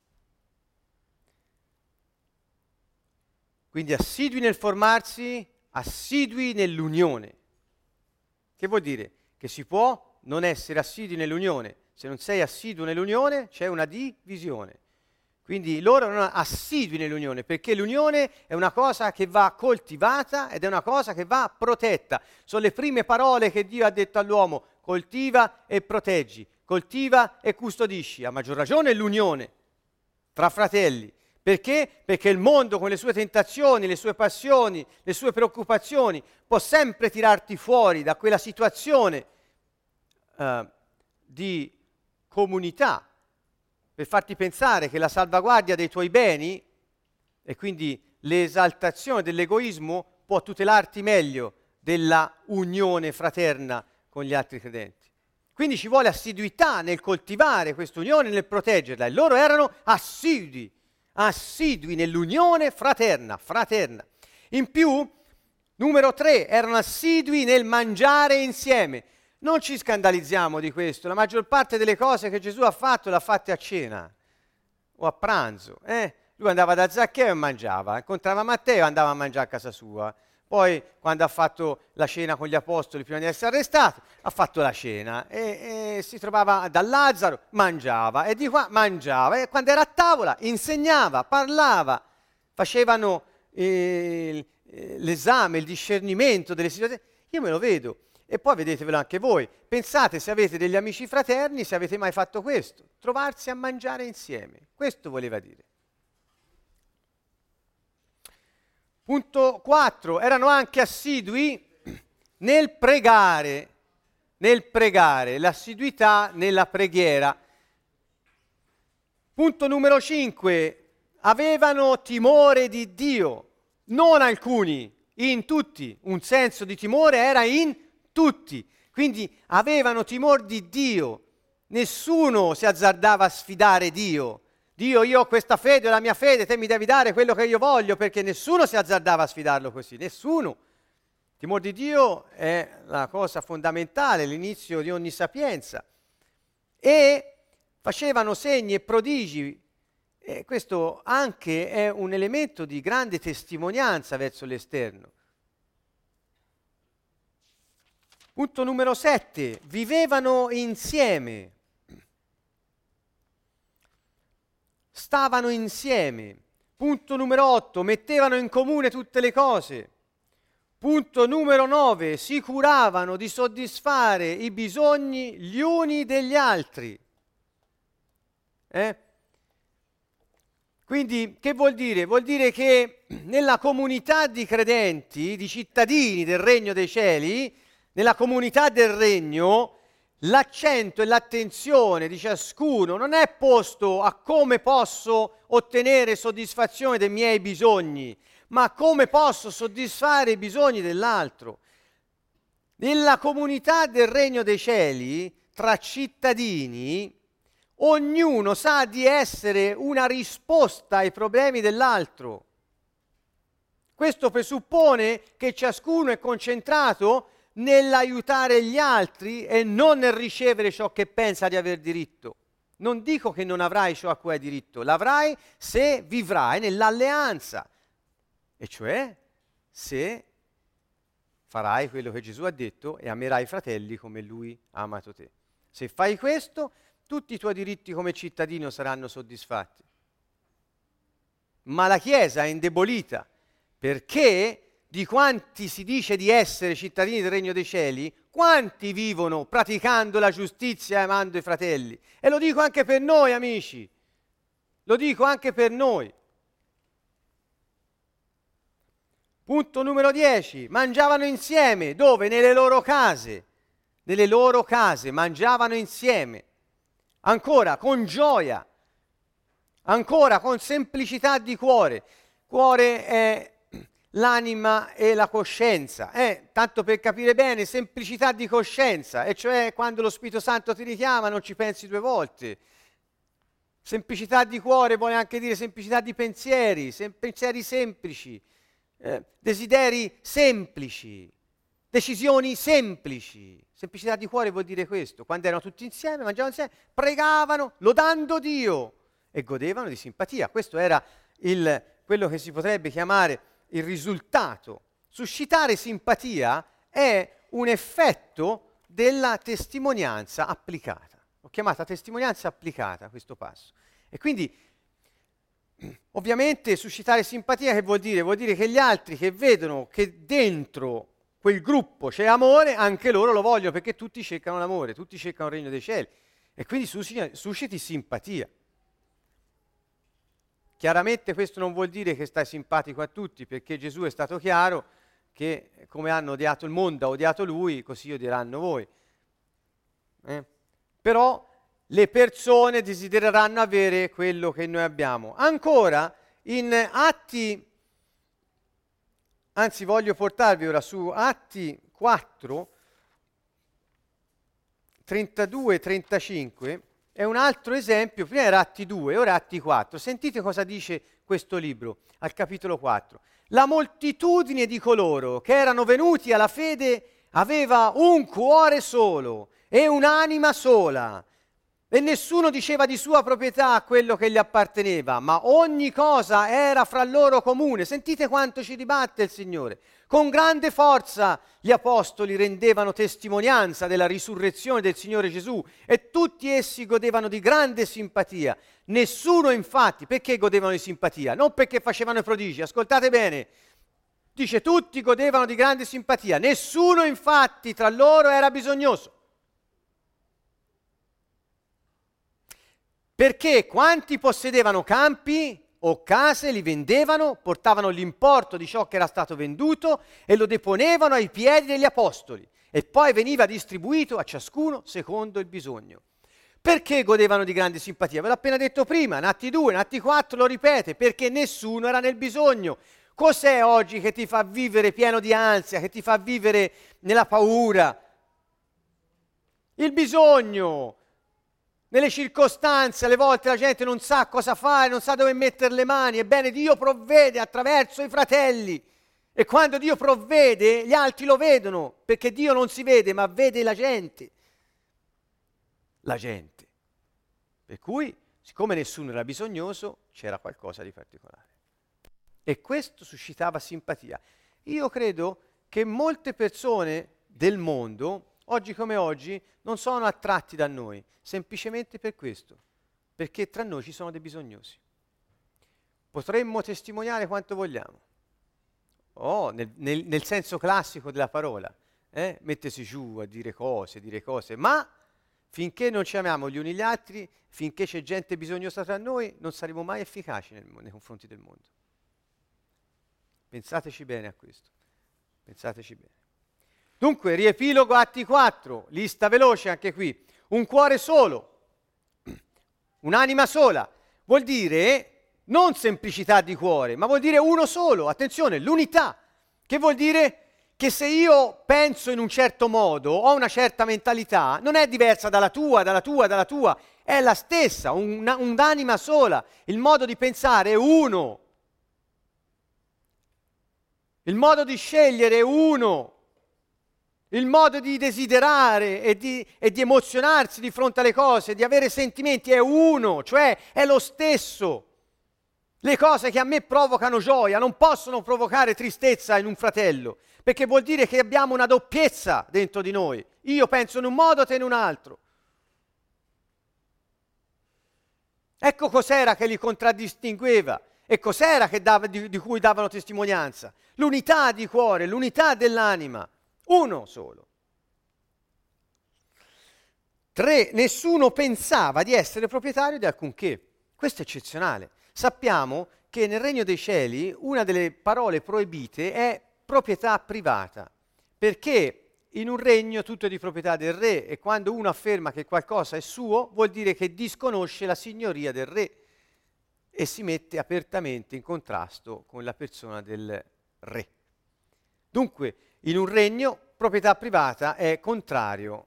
Quindi assidui nel formarsi, assidui nell'unione. Che vuol dire? Che si può non essere assidui nell'unione. Se non sei assiduo nell'unione c'è una divisione. Quindi loro erano assidui nell'unione, perché l'unione è una cosa che va coltivata ed è una cosa che va protetta. Sono le prime parole che Dio ha detto all'uomo: coltiva e proteggi, coltiva e custodisci. A maggior ragione l'unione tra fratelli. Perché? Perché il mondo con le sue tentazioni, le sue passioni, le sue preoccupazioni può sempre tirarti fuori da quella situazione di comunità, per farti pensare che la salvaguardia dei tuoi beni e quindi l'esaltazione dell'egoismo può tutelarti meglio della unione fraterna con gli altri credenti. Quindi ci vuole assiduità nel coltivare questa unione e nel proteggerla, e loro erano assidui nell'unione fraterna. In più, numero 3, erano assidui nel mangiare insieme. Non ci scandalizziamo di questo, la maggior parte delle cose che Gesù ha fatto l'ha fatte a cena o a pranzo. Lui andava da Zaccheo e mangiava, incontrava Matteo e andava a mangiare a casa sua. Poi, quando ha fatto la cena con gli apostoli prima di essere arrestato, ha fatto la cena e si trovava da Lazzaro, mangiava, e di qua mangiava, e quando era a tavola insegnava, parlava, facevano l'esame, il discernimento delle situazioni. Io me lo vedo. E poi vedetevelo anche voi. Pensate, se avete degli amici fraterni, se avete mai fatto questo, trovarsi a mangiare insieme. Questo voleva dire. Punto 4, erano anche assidui nel pregare, l'assiduità nella preghiera. Punto numero 5, avevano timore di Dio, non alcuni, in tutti. Un senso di timore era in tutti, quindi avevano timore di Dio. Nessuno si azzardava a sfidare Dio. Dio, io ho questa fede, la mia fede, te mi devi dare quello che io voglio, perché nessuno si azzardava a sfidarlo così, nessuno. Il timore di Dio è la cosa fondamentale, l'inizio di ogni sapienza. E facevano segni e prodigi, e questo anche è un elemento di grande testimonianza verso l'esterno. Punto numero 7, vivevano insieme. stavano insieme. Punto numero 8, mettevano in comune tutte le cose. Punto numero 9, si curavano di soddisfare i bisogni gli uni degli altri. Quindi che vuol dire? Vuol dire che nella comunità di credenti, di cittadini del regno dei cieli, nella comunità del regno, l'accento e l'attenzione di ciascuno non è posto a come posso ottenere soddisfazione dei miei bisogni, ma come posso soddisfare i bisogni dell'altro. Nella comunità del regno dei cieli, tra cittadini, ognuno sa di essere una risposta ai problemi dell'altro. Questo presuppone che ciascuno è concentrato nell'aiutare gli altri e non nel ricevere ciò che pensa di aver diritto. Non dico che non avrai ciò a cui hai diritto, l'avrai se vivrai nell'alleanza, e cioè se farai quello che Gesù ha detto e amerai i fratelli come Lui ha amato te. Se fai questo, tutti i tuoi diritti come cittadino saranno soddisfatti. Ma la Chiesa è indebolita perché di quanti si dice di essere cittadini del Regno dei Cieli, quanti vivono praticando la giustizia e amando i fratelli? E lo dico anche per noi, amici. Lo dico anche per noi. Punto numero 10. Mangiavano insieme. Dove? Nelle loro case. Nelle loro case mangiavano insieme. Ancora con gioia. Ancora con semplicità di cuore. Cuore è l'anima e la coscienza, tanto per capire bene, semplicità di coscienza, e cioè quando lo Spirito Santo ti richiama non ci pensi due volte. Semplicità di cuore vuole anche dire semplicità di pensieri, pensieri semplici, desideri semplici, decisioni semplici. Semplicità di cuore vuol dire questo: quando erano tutti insieme, mangiavano insieme, pregavano, lodando Dio e godevano di simpatia. Questo era quello che si potrebbe chiamare il risultato. Suscitare simpatia è un effetto della testimonianza applicata. Ho chiamata testimonianza applicata questo passo. E quindi, ovviamente, suscitare simpatia che vuol dire? Vuol dire che gli altri che vedono che dentro quel gruppo c'è amore, anche loro lo vogliono, perché tutti cercano l'amore, tutti cercano il regno dei cieli. E quindi susciti simpatia. Chiaramente questo non vuol dire che stai simpatico a tutti, perché Gesù è stato chiaro che come hanno odiato il mondo, ha odiato Lui, così odieranno voi. Però le persone desidereranno avere quello che noi abbiamo. Ancora, in Atti, anzi voglio portarvi ora su Atti 4, 32 e 35, è un altro esempio. Prima era Atti 2, ora Atti 4. Sentite cosa dice questo libro al capitolo 4. La moltitudine di coloro che erano venuti alla fede aveva un cuore solo e un'anima sola, e nessuno diceva di sua proprietà quello che gli apparteneva, ma ogni cosa era fra loro comune. Sentite quanto ci dibatte il Signore. Con grande forza gli apostoli rendevano testimonianza della risurrezione del Signore Gesù e tutti essi godevano di grande simpatia. Nessuno infatti, perché godevano di simpatia? Non perché facevano i prodigi, ascoltate bene. Dice tutti godevano di grande simpatia, nessuno infatti tra loro era bisognoso. Perché quanti possedevano campi o case li vendevano, portavano l'importo di ciò che era stato venduto e lo deponevano ai piedi degli apostoli, e poi veniva distribuito a ciascuno secondo il bisogno. Perché godevano di grande simpatia? Ve l'ho appena detto prima, in Atti 2, in Atti 4 lo ripete, perché nessuno era nel bisogno. Cos'è oggi che ti fa vivere pieno di ansia, che ti fa vivere nella paura? Il bisogno. Nelle circostanze, alle volte la gente non sa cosa fare, non sa dove mettere le mani. Ebbene, Dio provvede attraverso i fratelli. E quando Dio provvede, gli altri lo vedono, perché Dio non si vede, ma vede la gente. La gente. Per cui, siccome nessuno era bisognoso, c'era qualcosa di particolare. E questo suscitava simpatia. Io credo che molte persone del mondo, oggi come oggi, non sono attratti da noi, semplicemente per questo, perché tra noi ci sono dei bisognosi. potremmo testimoniare quanto vogliamo. Nel senso classico della parola, mettersi giù a dire cose, ma finché non ci amiamo gli uni gli altri, finché c'è gente bisognosa tra noi, non saremo mai efficaci nei confronti del mondo. Pensateci bene a questo, pensateci bene. Dunque, riepilogo Atti 4, lista veloce anche qui. Un cuore solo, un'anima sola, vuol dire non semplicità di cuore, ma vuol dire uno solo, attenzione, l'unità, che vuol dire che se io penso in un certo modo, ho una certa mentalità, non è diversa dalla tua, è la stessa, un'anima sola, il modo di pensare è uno, il modo di scegliere è uno, il modo di desiderare e di emozionarsi di fronte alle cose, di avere sentimenti è uno, cioè è lo stesso. Le cose che a me provocano gioia non possono provocare tristezza in un fratello, perché vuol dire che abbiamo una doppiezza dentro di noi. Io penso in un modo, te in un altro. Ecco cos'era che li contraddistingueva e cos'era che di cui davano testimonianza. L'unità di cuore, l'unità dell'anima. Uno solo. 3. Nessuno pensava di essere proprietario di alcunché. Questo è eccezionale. Sappiamo che nel regno dei cieli una delle parole proibite è proprietà privata, perché in un regno tutto è di proprietà del re e quando uno afferma che qualcosa è suo vuol dire che disconosce la signoria del re e si mette apertamente in contrasto con la persona del re. Dunque, in un regno proprietà privata è contrario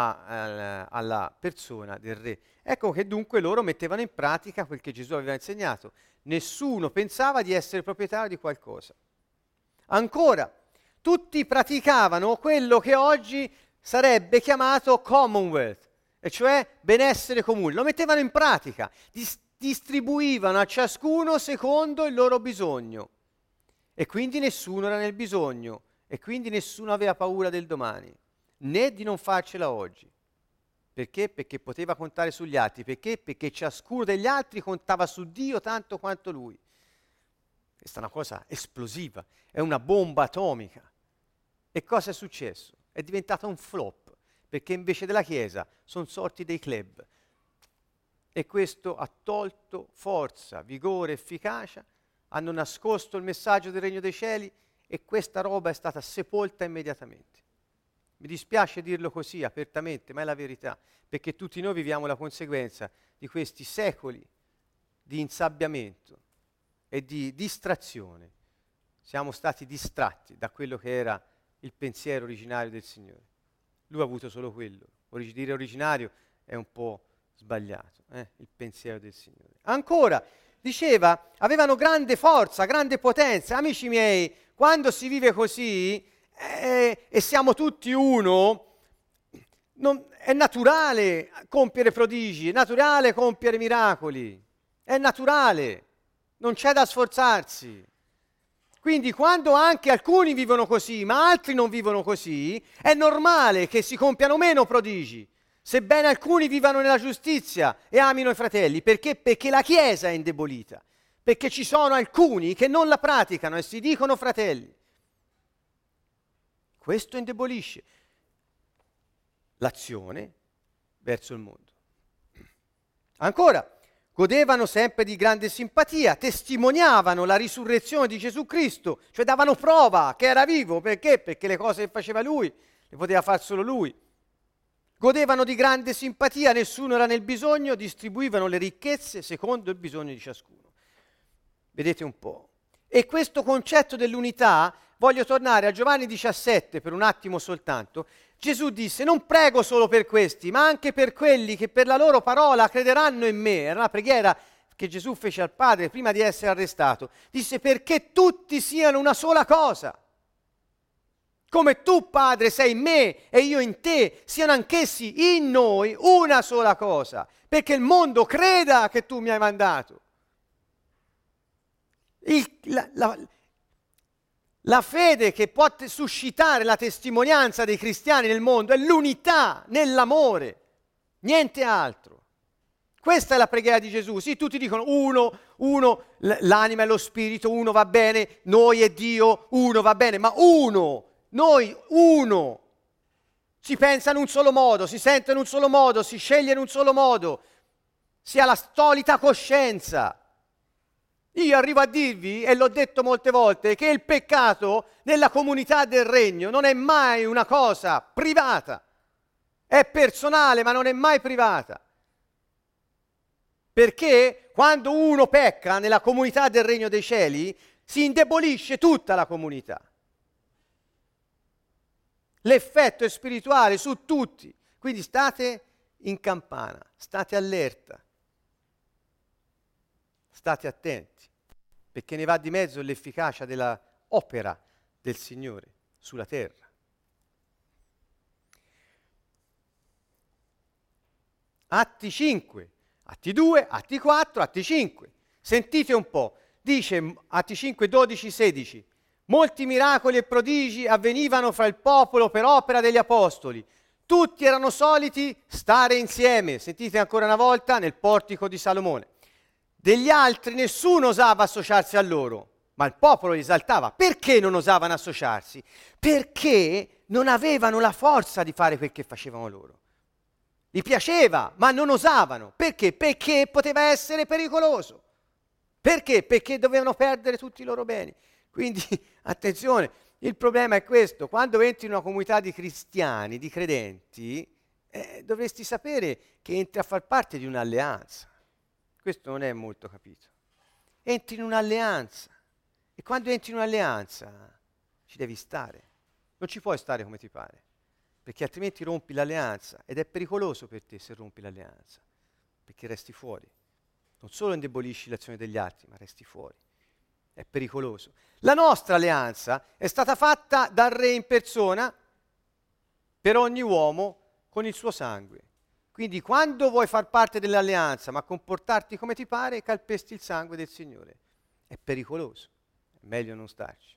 alla persona del re. Ecco che dunque loro mettevano in pratica quel che Gesù aveva insegnato. Nessuno pensava di essere proprietario di qualcosa. Ancora, tutti praticavano quello che oggi sarebbe chiamato commonwealth, e cioè benessere comune. Lo mettevano in pratica, distribuivano a ciascuno secondo il loro bisogno. E quindi nessuno era nel bisogno, e quindi nessuno aveva paura del domani, né di non farcela oggi. Perché? Perché poteva contare sugli altri. Perché? Perché ciascuno degli altri contava su Dio tanto quanto lui. Questa è una cosa esplosiva, è una bomba atomica. E cosa è successo? È diventata un flop, perché invece della Chiesa sono sorti dei club. E questo ha tolto forza, vigore, efficacia, hanno nascosto il messaggio del Regno dei Cieli e questa roba è stata sepolta immediatamente. Mi dispiace dirlo così apertamente, ma è la verità, perché tutti noi viviamo la conseguenza di questi secoli di insabbiamento e di distrazione. Siamo stati distratti da quello che era il pensiero originario del Signore. Lui ha avuto solo quello. Dire originario è un po' sbagliato, il pensiero del Signore. Ancora, diceva, avevano grande forza, grande potenza. Amici miei, quando si vive così e siamo tutti uno, è naturale compiere prodigi, è naturale compiere miracoli, è naturale, non c'è da sforzarsi. Quindi quando anche alcuni vivono così, ma altri non vivono così, è normale che si compiano meno prodigi, sebbene alcuni vivano nella giustizia e amino i fratelli. Perché? Perché la Chiesa è indebolita, perché ci sono alcuni che non la praticano e si dicono fratelli. Questo indebolisce l'azione verso il mondo. Ancora, godevano sempre di grande simpatia, testimoniavano la risurrezione di Gesù Cristo, cioè davano prova che era vivo. Perché? Perché le cose che faceva lui le poteva fare solo lui. Godevano di grande simpatia, nessuno era nel bisogno, distribuivano le ricchezze secondo il bisogno di ciascuno. Vedete un po'. E questo concetto dell'unità, voglio tornare a Giovanni 17 per un attimo soltanto. Gesù disse, non prego solo per questi, ma anche per quelli che per la loro parola crederanno in me. Era una preghiera che Gesù fece al Padre prima di essere arrestato. Disse, perché tutti siano una sola cosa. Come tu, Padre, sei in me e io in te, siano anch'essi in noi una sola cosa, perché il mondo creda che tu mi hai mandato. La fede che può suscitare la testimonianza dei cristiani nel mondo è l'unità nell'amore, niente altro. Questa è la preghiera di Gesù. Sì, tutti dicono uno, l'anima e lo spirito, uno va bene, noi e Dio, uno va bene, ma noi uno. Si pensa in un solo modo, si sente in un solo modo, si sceglie in un solo modo, si ha la solita coscienza. Io arrivo a dirvi, e l'ho detto molte volte, che il peccato nella comunità del regno non è mai una cosa privata. È personale, ma non è mai privata. Perché quando uno pecca nella comunità del regno dei cieli, si indebolisce tutta la comunità. L'effetto è spirituale su tutti. Quindi state in campana, state allerta, state attenti, perché ne va di mezzo l'efficacia della opera del Signore sulla terra. Atti 5. Atti 2, Atti 4, Atti 5. Sentite un po', dice Atti 5, 12, 16. Molti miracoli e prodigi avvenivano fra il popolo per opera degli apostoli. Tutti erano soliti stare insieme, sentite ancora una volta, nel portico di Salomone. Degli altri nessuno osava associarsi a loro, ma il popolo li esaltava. Perché non osavano associarsi? Perché non avevano la forza di fare quel che facevano loro. Gli piaceva, ma non osavano. Perché? Perché poteva essere pericoloso. Perché? Perché dovevano perdere tutti i loro beni. Quindi, attenzione, il problema è questo. Quando entri in una comunità di cristiani, di credenti, dovresti sapere che entri a far parte di un'alleanza. Questo non è molto capito. Entri in un'alleanza. E quando entri in un'alleanza, ci devi stare. Non ci puoi stare come ti pare. Perché altrimenti rompi l'alleanza ed è pericoloso per te se rompi l'alleanza, perché resti fuori. Non solo indebolisci l'azione degli altri, ma resti fuori. È pericoloso. La nostra alleanza è stata fatta dal Re in persona per ogni uomo con il suo sangue. Quindi quando vuoi far parte dell'alleanza ma comportarti come ti pare, calpesti il sangue del Signore. È pericoloso, è meglio non starci.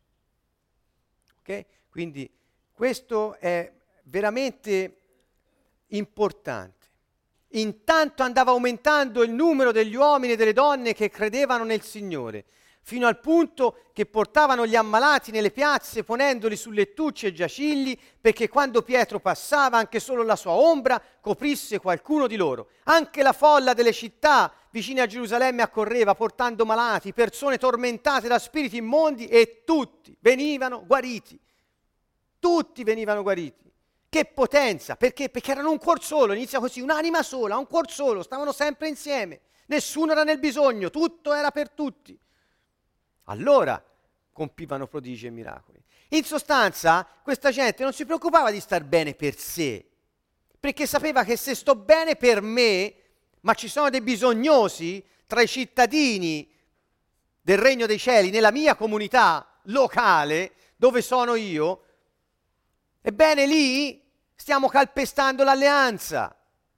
Ok? Quindi questo è veramente importante. Intanto andava aumentando il numero degli uomini e delle donne che credevano nel Signore, fino al punto che portavano gli ammalati nelle piazze ponendoli su lettucci e giacigli, perché quando Pietro passava anche solo la sua ombra coprisse qualcuno di loro. Anche la folla delle città vicine a Gerusalemme accorreva portando malati, persone tormentate da spiriti immondi, e tutti venivano guariti. Tutti venivano guariti. Che potenza! Perché? Perché erano un cuor solo, inizia così, un'anima sola, un cuor solo, stavano sempre insieme, nessuno era nel bisogno, tutto era per tutti. Allora compivano prodigi e miracoli. In sostanza, questa gente non si preoccupava di star bene per sé, perché sapeva che se sto bene per me, ma ci sono dei bisognosi tra i cittadini del Regno dei Cieli, nella mia comunità locale, dove sono io, ebbene lì stiamo calpestando l'alleanza.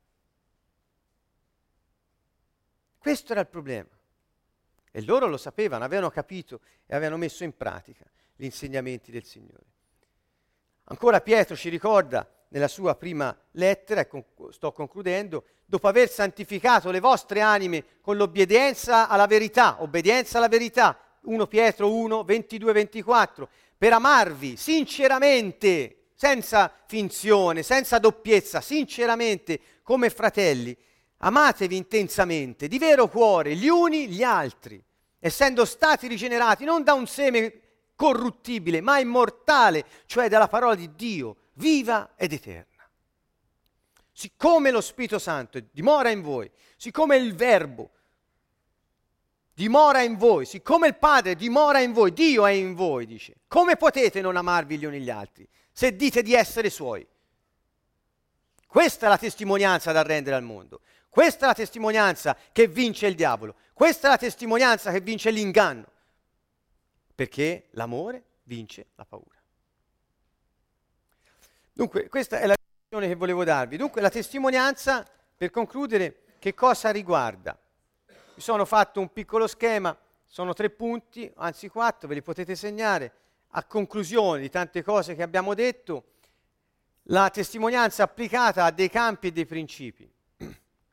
Questo era il problema. E loro lo sapevano, avevano capito e avevano messo in pratica gli insegnamenti del Signore. Ancora Pietro ci ricorda nella sua prima lettera, e sto concludendo, dopo aver santificato le vostre anime con l'obbedienza alla verità, 1 Pietro 1, 22-24, per amarvi sinceramente, senza finzione, senza doppiezza, sinceramente come fratelli, amatevi intensamente, di vero cuore, gli uni gli altri, essendo stati rigenerati non da un seme corruttibile, ma immortale, cioè dalla parola di Dio, viva ed eterna. Siccome lo Spirito Santo dimora in voi, siccome il Verbo dimora in voi, siccome il Padre dimora in voi, Dio è in voi, dice, come potete non amarvi gli uni gli altri, se dite di essere suoi? Questa è la testimonianza da rendere al mondo. Questa è la testimonianza che vince il diavolo. Questa è la testimonianza che vince l'inganno. Perché l'amore vince la paura. Dunque, questa è la lezione che volevo darvi. Dunque, la testimonianza, per concludere, che cosa riguarda? Mi sono fatto un piccolo schema, sono 3 punti, anzi 4, ve li potete segnare. A conclusione di tante cose che abbiamo detto, la testimonianza applicata a dei campi e dei principi.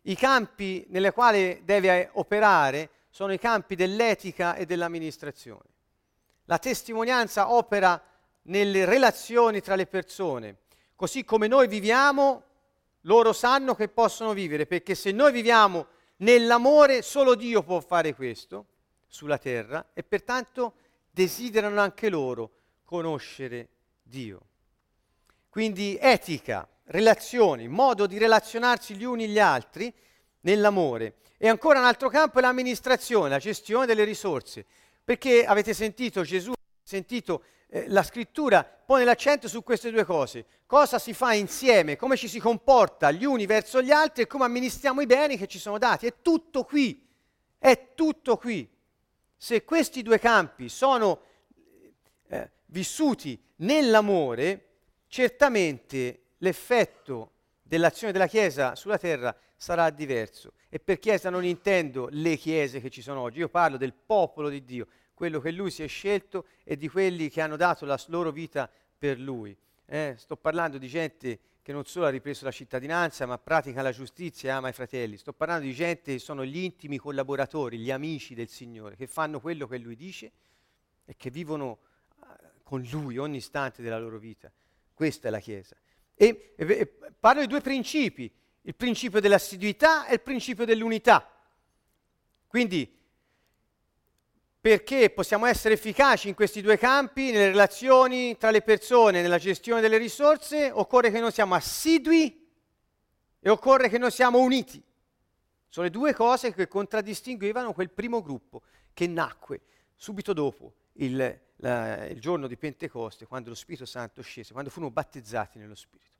i campi nei quali deve operare sono i campi dell'etica e dell'amministrazione. La testimonianza opera nelle relazioni tra le persone. Così come noi viviamo, loro sanno che possono vivere, perché se noi viviamo nell'amore, solo Dio può fare questo sulla terra e pertanto desiderano anche loro conoscere Dio. Quindi etica, relazioni, modo di relazionarsi gli uni gli altri nell'amore. E ancora un altro campo è l'amministrazione, la gestione delle risorse. Perché avete sentito Gesù, sentito la scrittura pone l'accento su queste due cose. Cosa si fa insieme, come ci si comporta gli uni verso gli altri e come amministriamo i beni che ci sono dati. È tutto qui, è tutto qui. Se questi due campi sono vissuti nell'amore, certamente l'effetto dell'azione della Chiesa sulla terra sarà diverso. E per Chiesa non intendo le chiese che ci sono oggi, io parlo del popolo di Dio, quello che Lui si è scelto e di quelli che hanno dato la loro vita per Lui. Sto parlando di gente che non solo ha ripreso la cittadinanza, ma pratica la giustizia e ama i fratelli. Sto parlando di gente che sono gli intimi collaboratori, gli amici del Signore, che fanno quello che Lui dice e che vivono con Lui ogni istante della loro vita. Questa è la Chiesa. E parlo di due principi, il principio dell'assiduità e il principio dell'unità. Quindi, perché possiamo essere efficaci in questi due campi, nelle relazioni tra le persone, nella gestione delle risorse, occorre che noi siamo assidui e occorre che noi siamo uniti. Sono le due cose che contraddistinguevano quel primo gruppo che nacque subito dopo il giorno di Pentecoste, quando lo Spirito Santo scese, quando furono battezzati nello Spirito.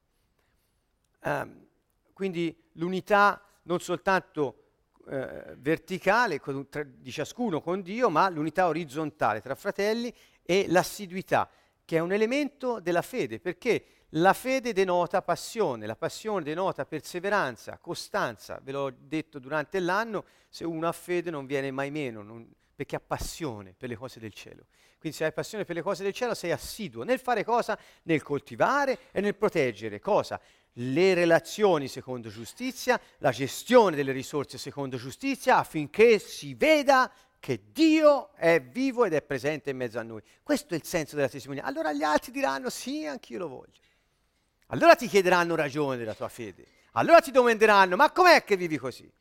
Quindi l'unità non soltanto verticale di ciascuno con Dio, ma l'unità orizzontale tra fratelli e l'assiduità, che è un elemento della fede, perché la fede denota passione, la passione denota perseveranza, costanza. Ve l'ho detto durante l'anno, se uno ha fede non viene mai meno, perché ha passione per le cose del cielo. Quindi se hai passione per le cose del cielo sei assiduo nel fare cosa? Nel coltivare e nel proteggere cosa? Le relazioni secondo giustizia, la gestione delle risorse secondo giustizia, affinché si veda che Dio è vivo ed è presente in mezzo a noi. Questo è il senso della testimonianza. Allora gli altri diranno sì, anch'io lo voglio. Allora ti chiederanno ragione della tua fede. Allora ti domanderanno, ma com'è che vivi così?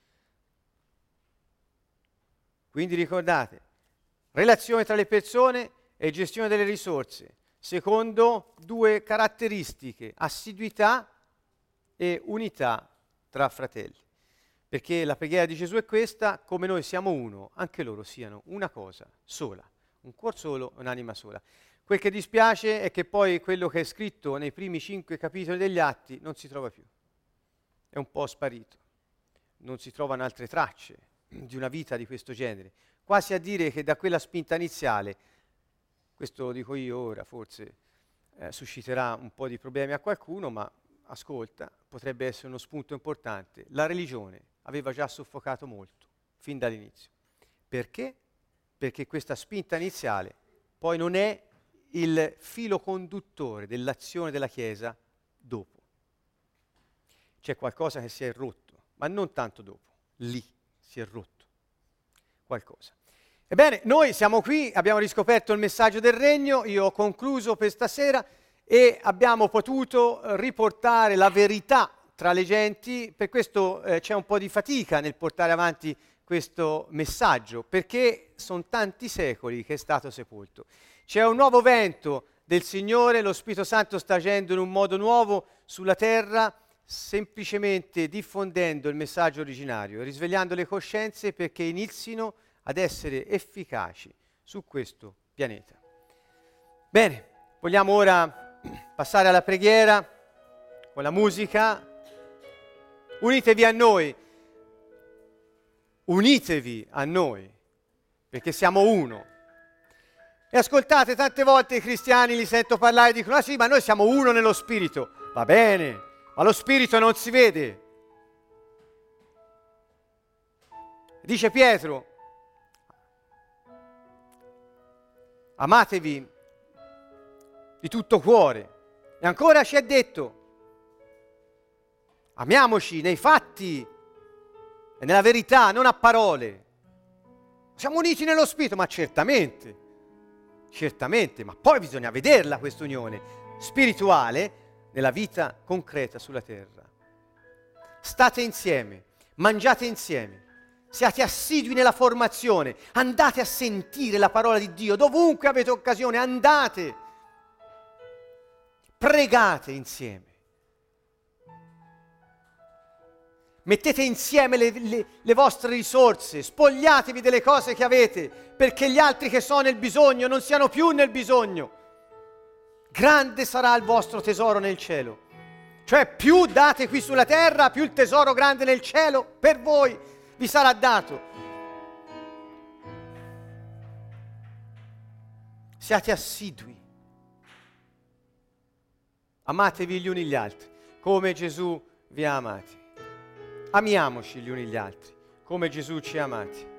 Quindi ricordate, relazione tra le persone e gestione delle risorse, secondo due caratteristiche, assiduità e unità tra fratelli. Perché la preghiera di Gesù è questa: come noi siamo uno, anche loro siano una cosa sola, un cuor solo, un'anima sola. Quel che dispiace è che poi quello che è scritto nei primi 5 capitoli degli Atti non si trova più, è un po' sparito, non si trovano altre tracce di una vita di questo genere, quasi a dire che da quella spinta iniziale, questo lo dico io ora, forse susciterà un po' di problemi a qualcuno, ma ascolta, potrebbe essere uno spunto importante. La religione aveva già soffocato molto, fin dall'inizio. Perché? Perché questa spinta iniziale poi non è il filo conduttore dell'azione della Chiesa dopo. C'è qualcosa che si è rotto, ma non tanto dopo, lì si è rotto qualcosa. Ebbene, noi siamo qui, abbiamo riscoperto il messaggio del Regno, io ho concluso per stasera e abbiamo potuto riportare la verità tra le genti. Per questo c'è un po' di fatica nel portare avanti questo messaggio, perché sono tanti secoli che è stato sepolto. C'è un nuovo vento del Signore, lo Spirito Santo sta agendo in un modo nuovo sulla terra, semplicemente diffondendo il messaggio originario, risvegliando le coscienze perché inizino ad essere efficaci su questo pianeta. Bene, vogliamo ora passare alla preghiera con la musica. Unitevi a noi, perché siamo uno. E ascoltate, tante volte i cristiani li sento parlare e dicono: ah sì, ma noi siamo uno nello spirito. Va bene, ma lo spirito non si vede. Dice Pietro: amatevi di tutto cuore. E ancora ci è detto: amiamoci nei fatti e nella verità, non a parole. Siamo uniti nello Spirito, ma certamente, ma poi bisogna vederla questa unione spirituale nella vita concreta sulla terra. State insieme, mangiate insieme, siate assidui nella formazione, andate a sentire la parola di Dio, dovunque avete occasione, andate, pregate insieme. Mettete insieme le vostre risorse, spogliatevi delle cose che avete, perché gli altri che sono nel bisogno non siano più nel bisogno. Grande sarà il vostro tesoro nel cielo. Cioè più date qui sulla terra, più il tesoro grande nel cielo per voi vi sarà dato. Siate assidui. Amatevi gli uni gli altri, come Gesù vi ha amati. Amiamoci gli uni gli altri, come Gesù ci ha amati.